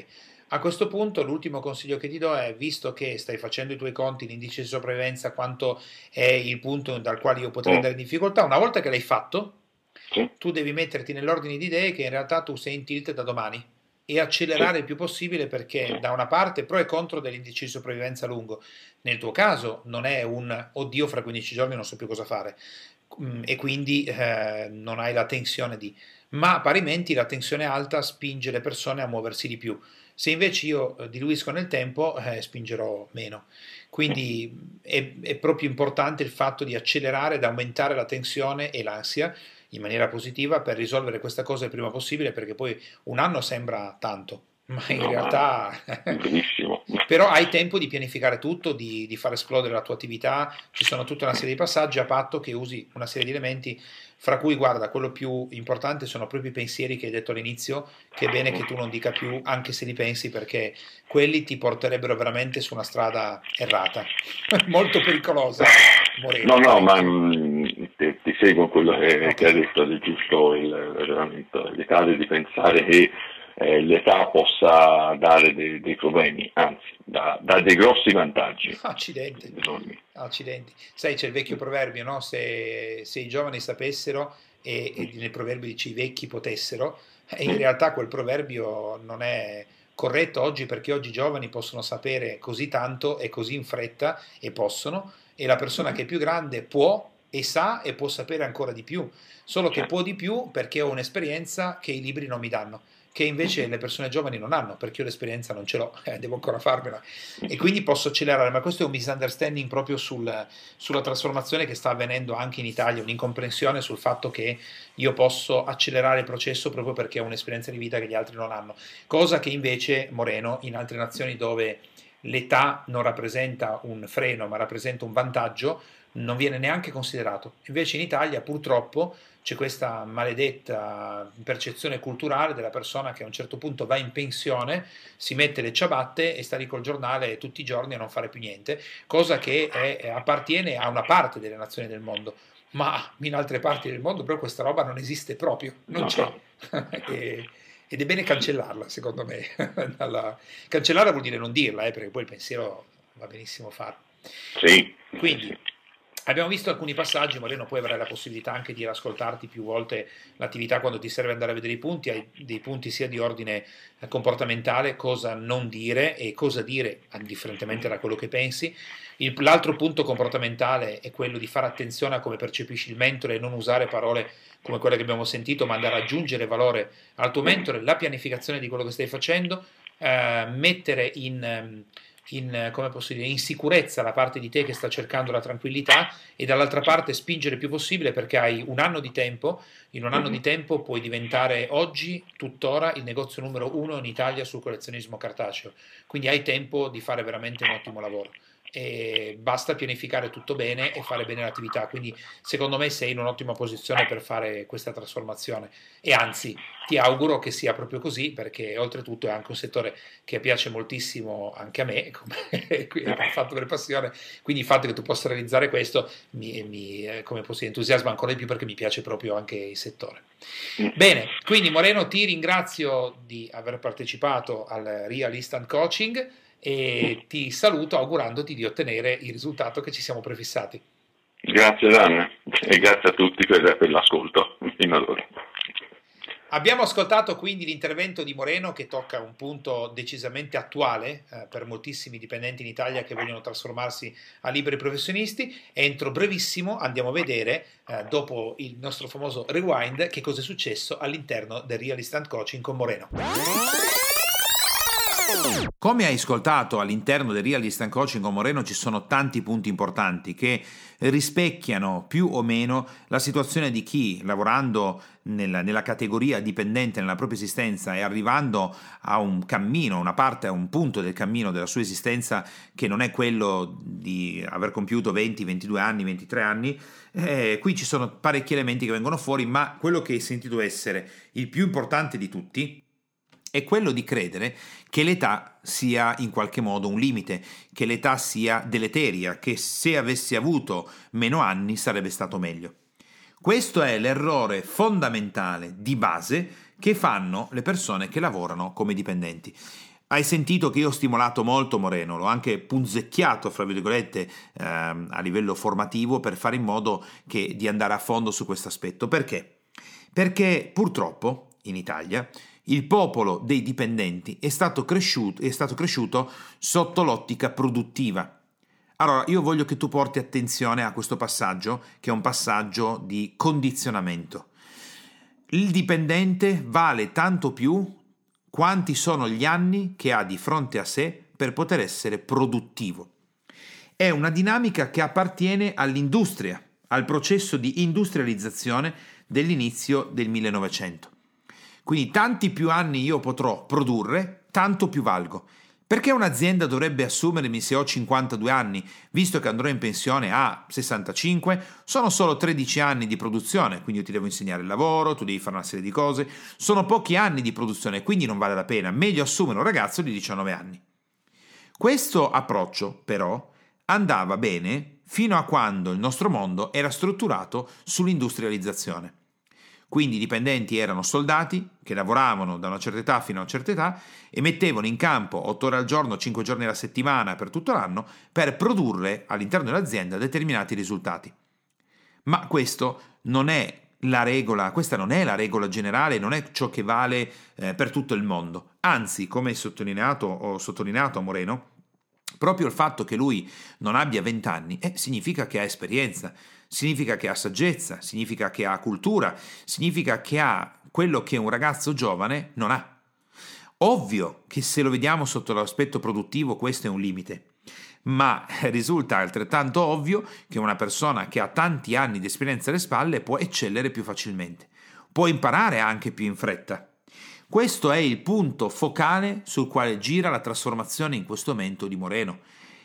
Speaker 3: A questo punto l'ultimo consiglio che ti do è, visto che stai facendo i tuoi conti, l'indice di sopravvivenza, quanto è il punto dal quale io potrei
Speaker 2: Mm.
Speaker 3: andare in difficoltà, una volta che l'hai fatto,
Speaker 2: Sì.
Speaker 3: tu devi metterti nell'ordine di idee che in realtà tu sei in tilt da domani e accelerare
Speaker 2: Sì.
Speaker 3: il più possibile, perché da una parte pro e contro dell'indice di sopravvivenza lungo. Nel tuo caso non è un oddio fra quindici giorni non so più cosa fare, Mm, e quindi eh, non hai la tensione di, ma parimenti la tensione alta spinge le persone a muoversi di più. Se invece io eh, diluisco nel tempo, eh, spingerò meno. Quindi è, è proprio importante il fatto di accelerare ed aumentare la tensione e l'ansia in maniera positiva per risolvere questa cosa il prima possibile, perché poi un anno sembra tanto, ma in
Speaker 2: No, ma
Speaker 3: realtà
Speaker 2: benissimo.
Speaker 3: però hai tempo di pianificare tutto, di, di far esplodere la tua attività, ci sono tutta una serie di passaggi a patto che usi una serie di elementi, fra cui, guarda, quello più importante sono proprio i pensieri che hai detto all'inizio, che è bene che tu non dica più anche se li pensi, perché quelli ti porterebbero veramente su una strada errata, molto pericolosa, Moreno.
Speaker 2: No, no, ma mh, ti, ti seguo in quello che,
Speaker 3: Ok.
Speaker 2: che hai detto, è giusto il ragionamento. L'Italia di pensare che eh, l'età possa dare dei, dei problemi, anzi, dà, dà dei grossi vantaggi.
Speaker 3: Accidenti,
Speaker 2: Enormi.
Speaker 3: accidenti. Sai, c'è il vecchio proverbio, no? Se, se i giovani sapessero e, e nel proverbio dice i vecchi potessero, e in realtà quel proverbio non è corretto oggi, perché oggi i giovani possono sapere così tanto e così in fretta, e possono, e la persona che è più grande può e sa e può sapere ancora di più, solo che può di più perché ho un'esperienza che i libri non mi danno, che invece le persone giovani non hanno, perché io l'esperienza non ce l'ho, eh, devo ancora farmela, e quindi posso accelerare. Ma questo è un misunderstanding proprio sul, sulla trasformazione che sta avvenendo anche in Italia, un'incomprensione sul fatto che io posso accelerare il processo proprio perché ho un'esperienza di vita che gli altri non hanno, cosa che invece, Moreno, in altre nazioni dove l'età non rappresenta un freno ma rappresenta un vantaggio, non viene neanche considerato. Invece in Italia purtroppo c'è questa maledetta percezione culturale della persona che a un certo punto va in pensione, si mette le ciabatte e sta lì col giornale tutti i giorni a non fare più niente, cosa che è, appartiene a una parte delle nazioni del mondo, ma in altre parti del mondo però questa roba non esiste proprio, non
Speaker 2: No,
Speaker 3: c'è.
Speaker 2: no.
Speaker 3: E, ed è bene cancellarla, secondo me. Dalla... Cancellarla vuol dire non dirla, eh, perché poi il pensiero va benissimo farlo.
Speaker 2: Sì.
Speaker 3: Quindi abbiamo visto alcuni passaggi, Moreno, poi avrai la possibilità anche di ascoltarti più volte l'attività quando ti serve andare a vedere i punti, hai dei punti sia di ordine comportamentale, cosa non dire e cosa dire differentemente da quello che pensi. Il, l'altro punto comportamentale è quello di fare attenzione a come percepisci il mentore e non usare parole come quelle che abbiamo sentito, ma andare ad aggiungere valore al tuo mentore, la pianificazione di quello che stai facendo, eh, mettere in... In, come posso dire, in sicurezza la parte di te che sta cercando la tranquillità, e dall'altra parte spingere il più possibile, perché hai un anno di tempo. In un anno di tempo puoi diventare oggi, tuttora, il negozio numero uno in Italia sul collezionismo cartaceo, quindi hai tempo di fare veramente un ottimo lavoro e basta pianificare tutto bene e fare bene l'attività. Quindi secondo me sei in un'ottima posizione per fare questa trasformazione, e anzi ti auguro che sia proprio così, perché oltretutto è anche un settore che piace moltissimo anche a me, come il fatto per passione, quindi il fatto che tu possa realizzare questo mi, mi come posso dire, entusiasma ancora di più, perché mi piace proprio anche il settore. Bene, quindi Moreno, ti ringrazio di aver partecipato al Real Instant Coaching e ti saluto augurandoti di ottenere il risultato che ci siamo prefissati.
Speaker 2: Grazie Dan e grazie a tutti per, per l'ascolto fino ad ora.
Speaker 3: Abbiamo ascoltato quindi l'intervento di Moreno, che tocca un punto decisamente attuale eh, per moltissimi dipendenti in Italia che vogliono trasformarsi a liberi professionisti. Entro brevissimo andiamo a vedere, eh, dopo il nostro famoso rewind, che cosa è successo all'interno del Real Instant Coaching con Moreno.
Speaker 1: Come hai ascoltato, all'interno del Real Instant Coaching con Moreno ci sono tanti punti importanti che rispecchiano più o meno la situazione di chi, lavorando nella, nella categoria dipendente nella propria esistenza e arrivando a un cammino, una parte, a un punto del cammino della sua esistenza che non è quello di aver compiuto venti, ventidue anni, ventitré anni, eh, qui ci sono parecchi elementi che vengono fuori, ma quello che hai sentito essere il più importante di tutti è quello di credere che l'età sia in qualche modo un limite, che l'età sia deleteria, che se avessi avuto meno anni sarebbe stato meglio. Questo è l'errore fondamentale di base che fanno le persone che lavorano come dipendenti. Hai sentito che io ho stimolato molto Moreno, l'ho anche punzecchiato, fra virgolette, ehm, a livello formativo per fare in modo che, di andare a fondo su questo aspetto. Perché? Perché purtroppo in Italia il popolo dei dipendenti è stato cresciuto, è stato cresciuto sotto l'ottica produttiva. Allora, io voglio che tu porti attenzione a questo passaggio, che è un passaggio di condizionamento. Il dipendente vale tanto più quanti sono gli anni che ha di fronte a sé per poter essere produttivo. È una dinamica che appartiene all'industria, al processo di industrializzazione dell'inizio del millenovecento. Quindi tanti più anni io potrò produrre, tanto più valgo. Perché un'azienda dovrebbe assumermi se ho cinquantadue anni, visto che andrò in pensione a sessantacinque? Sono solo tredici anni di produzione, quindi io ti devo insegnare il lavoro, tu devi fare una serie di cose. Sono pochi anni di produzione, quindi non vale la pena. Meglio assumere un ragazzo di diciannove anni. Questo approccio, però, andava bene fino a quando il nostro mondo era strutturato sull'industrializzazione. Quindi i dipendenti erano soldati che lavoravano da una certa età fino a una certa età e mettevano in campo otto ore al giorno, cinque giorni alla settimana per tutto l'anno per produrre all'interno dell'azienda determinati risultati. Ma questo non è la regola, questa non è la regola generale, non è ciò che vale eh, per tutto il mondo. Anzi, come sottolineato, ho sottolineato a Moreno, proprio il fatto che lui non abbia venti anni eh, significa che ha esperienza, significa che ha saggezza, significa che ha cultura, significa che ha quello che un ragazzo giovane non ha. Ovvio che se lo vediamo sotto l'aspetto produttivo questo è un limite, ma risulta altrettanto ovvio che una persona che ha tanti anni di esperienza alle spalle può eccellere più facilmente, può imparare anche più in fretta. Questo è il punto focale sul quale gira la trasformazione in questo momento di Moreno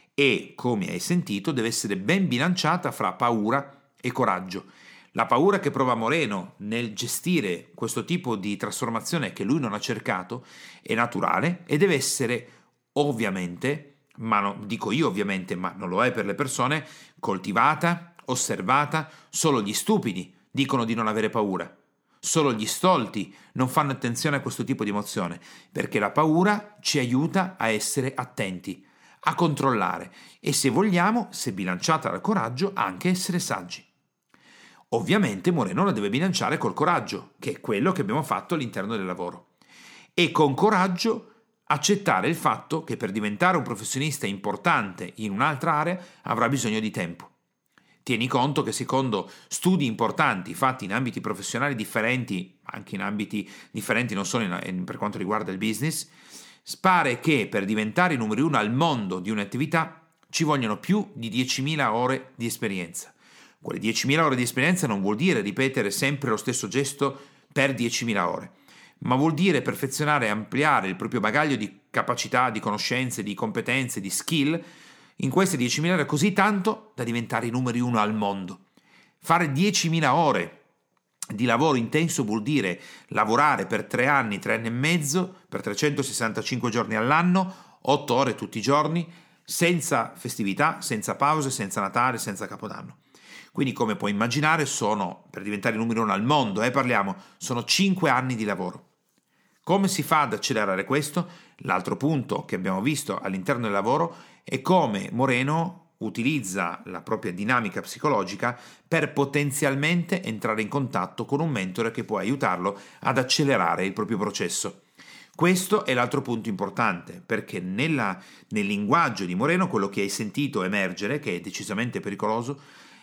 Speaker 1: e, come hai sentito, deve essere ben bilanciata fra paura e coraggio. La paura che prova Moreno nel gestire questo tipo di trasformazione che lui non ha cercato è naturale e deve essere ovviamente, ma no, dico io ovviamente, ma non lo è per le persone, coltivata, osservata. Solo gli stupidi dicono di non avere paura. Solo gli stolti non fanno attenzione a questo tipo di emozione, perché la paura ci aiuta a essere attenti, a controllare e, se vogliamo, se bilanciata dal coraggio, anche essere saggi. Ovviamente Moreno la deve bilanciare col coraggio, che è quello che abbiamo fatto all'interno del lavoro, e con coraggio accettare il fatto che per diventare un professionista importante in un'altra area avrà bisogno di tempo. Tieni conto che secondo studi importanti fatti in ambiti professionali differenti, anche in ambiti differenti non solo in, in, per quanto riguarda il business, pare che per diventare il numero uno al mondo di un'attività ci vogliono più di diecimila ore di esperienza. Quelle diecimila ore di esperienza non vuol dire ripetere sempre lo stesso gesto per diecimila ore, ma vuol dire perfezionare e ampliare il proprio bagaglio di capacità, di conoscenze, di competenze, di skill in queste diecimila ore così tanto da diventare i numeri uno al mondo. Fare diecimila ore di lavoro intenso vuol dire lavorare per tre anni, tre anni e mezzo, per trecentosessantacinque giorni all'anno, otto ore tutti i giorni, senza festività, senza pause, senza Natale, senza Capodanno. Quindi, come puoi immaginare, sono, per diventare il numero uno al mondo, eh, parliamo, sono cinque anni di lavoro. Come si fa ad accelerare questo? L'altro punto che abbiamo visto all'interno del lavoro è come Moreno utilizza la propria dinamica psicologica per potenzialmente entrare in contatto con un mentore che può aiutarlo ad accelerare il proprio processo. Questo è l'altro punto importante, perché nella, nel linguaggio di Moreno quello che hai sentito emergere, che è decisamente pericoloso,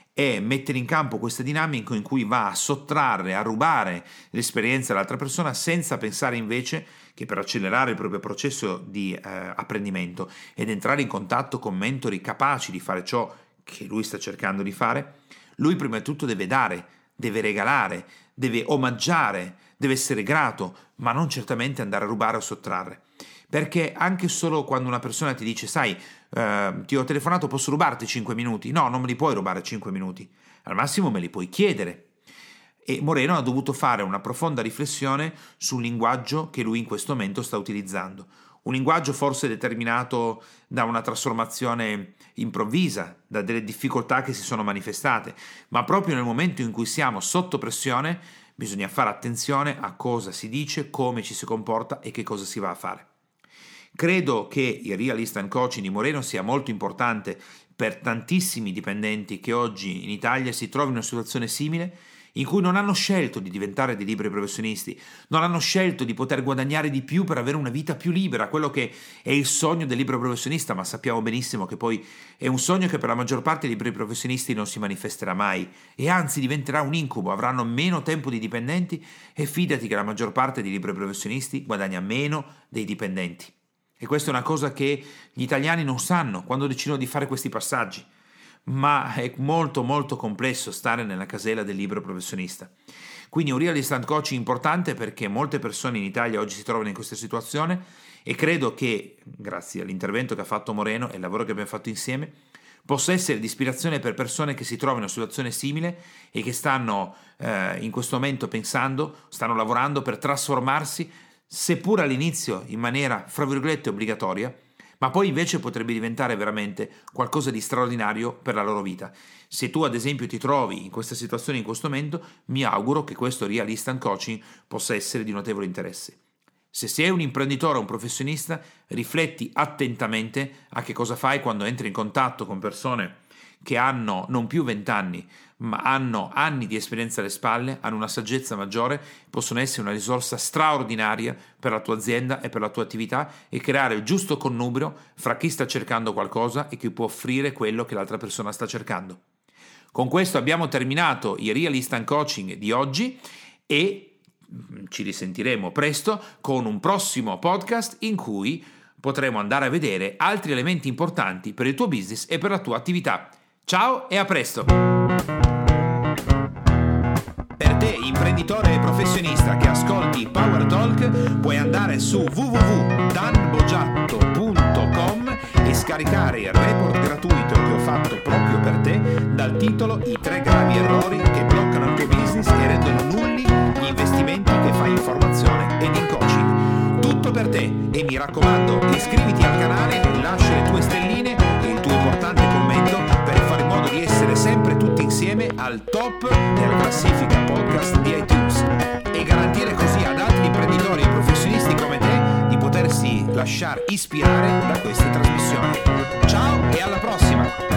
Speaker 1: è mettere in campo questa dinamica in cui va a sottrarre, a rubare l'esperienza dell'altra persona senza pensare invece che per accelerare il proprio processo di eh, apprendimento ed entrare in contatto con mentori capaci di fare ciò che lui sta cercando di fare, lui prima di tutto deve dare, deve regalare, deve omaggiare, deve essere grato, ma non certamente andare a rubare o sottrarre. Perché anche solo quando una persona ti dice, sai, eh, ti ho telefonato, posso rubarti cinque minuti? No, non me li puoi rubare cinque minuti, al massimo me li puoi chiedere. E Moreno ha dovuto fare una profonda riflessione sul linguaggio che lui in questo momento sta utilizzando. Un linguaggio forse determinato da una trasformazione improvvisa, da delle difficoltà che si sono manifestate, ma proprio nel momento in cui siamo sotto pressione bisogna fare attenzione a cosa si dice, come ci si comporta e che cosa si va a fare. Credo che il Real Instant Coaching di Moreno sia molto importante per tantissimi dipendenti che oggi in Italia si trovano in una situazione simile, in cui non hanno scelto di diventare dei liberi professionisti, non hanno scelto di poter guadagnare di più per avere una vita più libera, quello che è il sogno del libero professionista, ma sappiamo benissimo che poi è un sogno che per la maggior parte dei liberi professionisti non si manifesterà mai, e anzi diventerà un incubo, avranno meno tempo di dipendenti e fidati che la maggior parte dei liberi professionisti guadagna meno dei dipendenti. E questa è una cosa che gli italiani non sanno quando decidono di fare questi passaggi, ma è molto molto complesso stare nella casella del libero professionista. Quindi un Real Instant Coaching importante, perché molte persone in Italia oggi si trovano in questa situazione, e credo che grazie all'intervento che ha fatto Moreno e al lavoro che abbiamo fatto insieme possa essere di ispirazione per persone che si trovano in una situazione simile e che stanno eh, in questo momento pensando, stanno lavorando per trasformarsi, seppur all'inizio in maniera fra virgolette obbligatoria, ma poi invece potrebbe diventare veramente qualcosa di straordinario per la loro vita. Se tu ad esempio ti trovi in questa situazione in questo momento, mi auguro che questo Real Instant Coaching possa essere di notevole interesse. Se sei un imprenditore o un professionista, rifletti attentamente a che cosa fai quando entri in contatto con persone che hanno non più vent'anni, ma hanno anni di esperienza alle spalle, hanno una saggezza maggiore, possono essere una risorsa straordinaria per la tua azienda e per la tua attività, e creare il giusto connubio fra chi sta cercando qualcosa e chi può offrire quello che l'altra persona sta cercando. Con questo abbiamo terminato il Real Instant Coaching di oggi e ci risentiremo presto con un prossimo podcast in cui potremo andare a vedere altri elementi importanti per il tuo business e per la tua attività. Ciao e a presto!
Speaker 3: Per te, imprenditore e professionista che ascolti Power Talk, puoi andare su w w w punto dan boggiatto punto com e scaricare il report gratuito che ho fatto proprio per te dal titolo I tre gravi errori che bloccano il tuo business e rendono nulli gli investimenti che fai in formazione ed in coaching. Tutto per te, e mi raccomando, iscriviti al canale e lascia le tue stelline e il tuo importante commento per fare in modo di essere sempre tutti insieme al top della classifica podcast di iTunes e garantire così ad altri imprenditori e professionisti come te di potersi lasciare ispirare da queste trasmissioni. Ciao e alla prossima!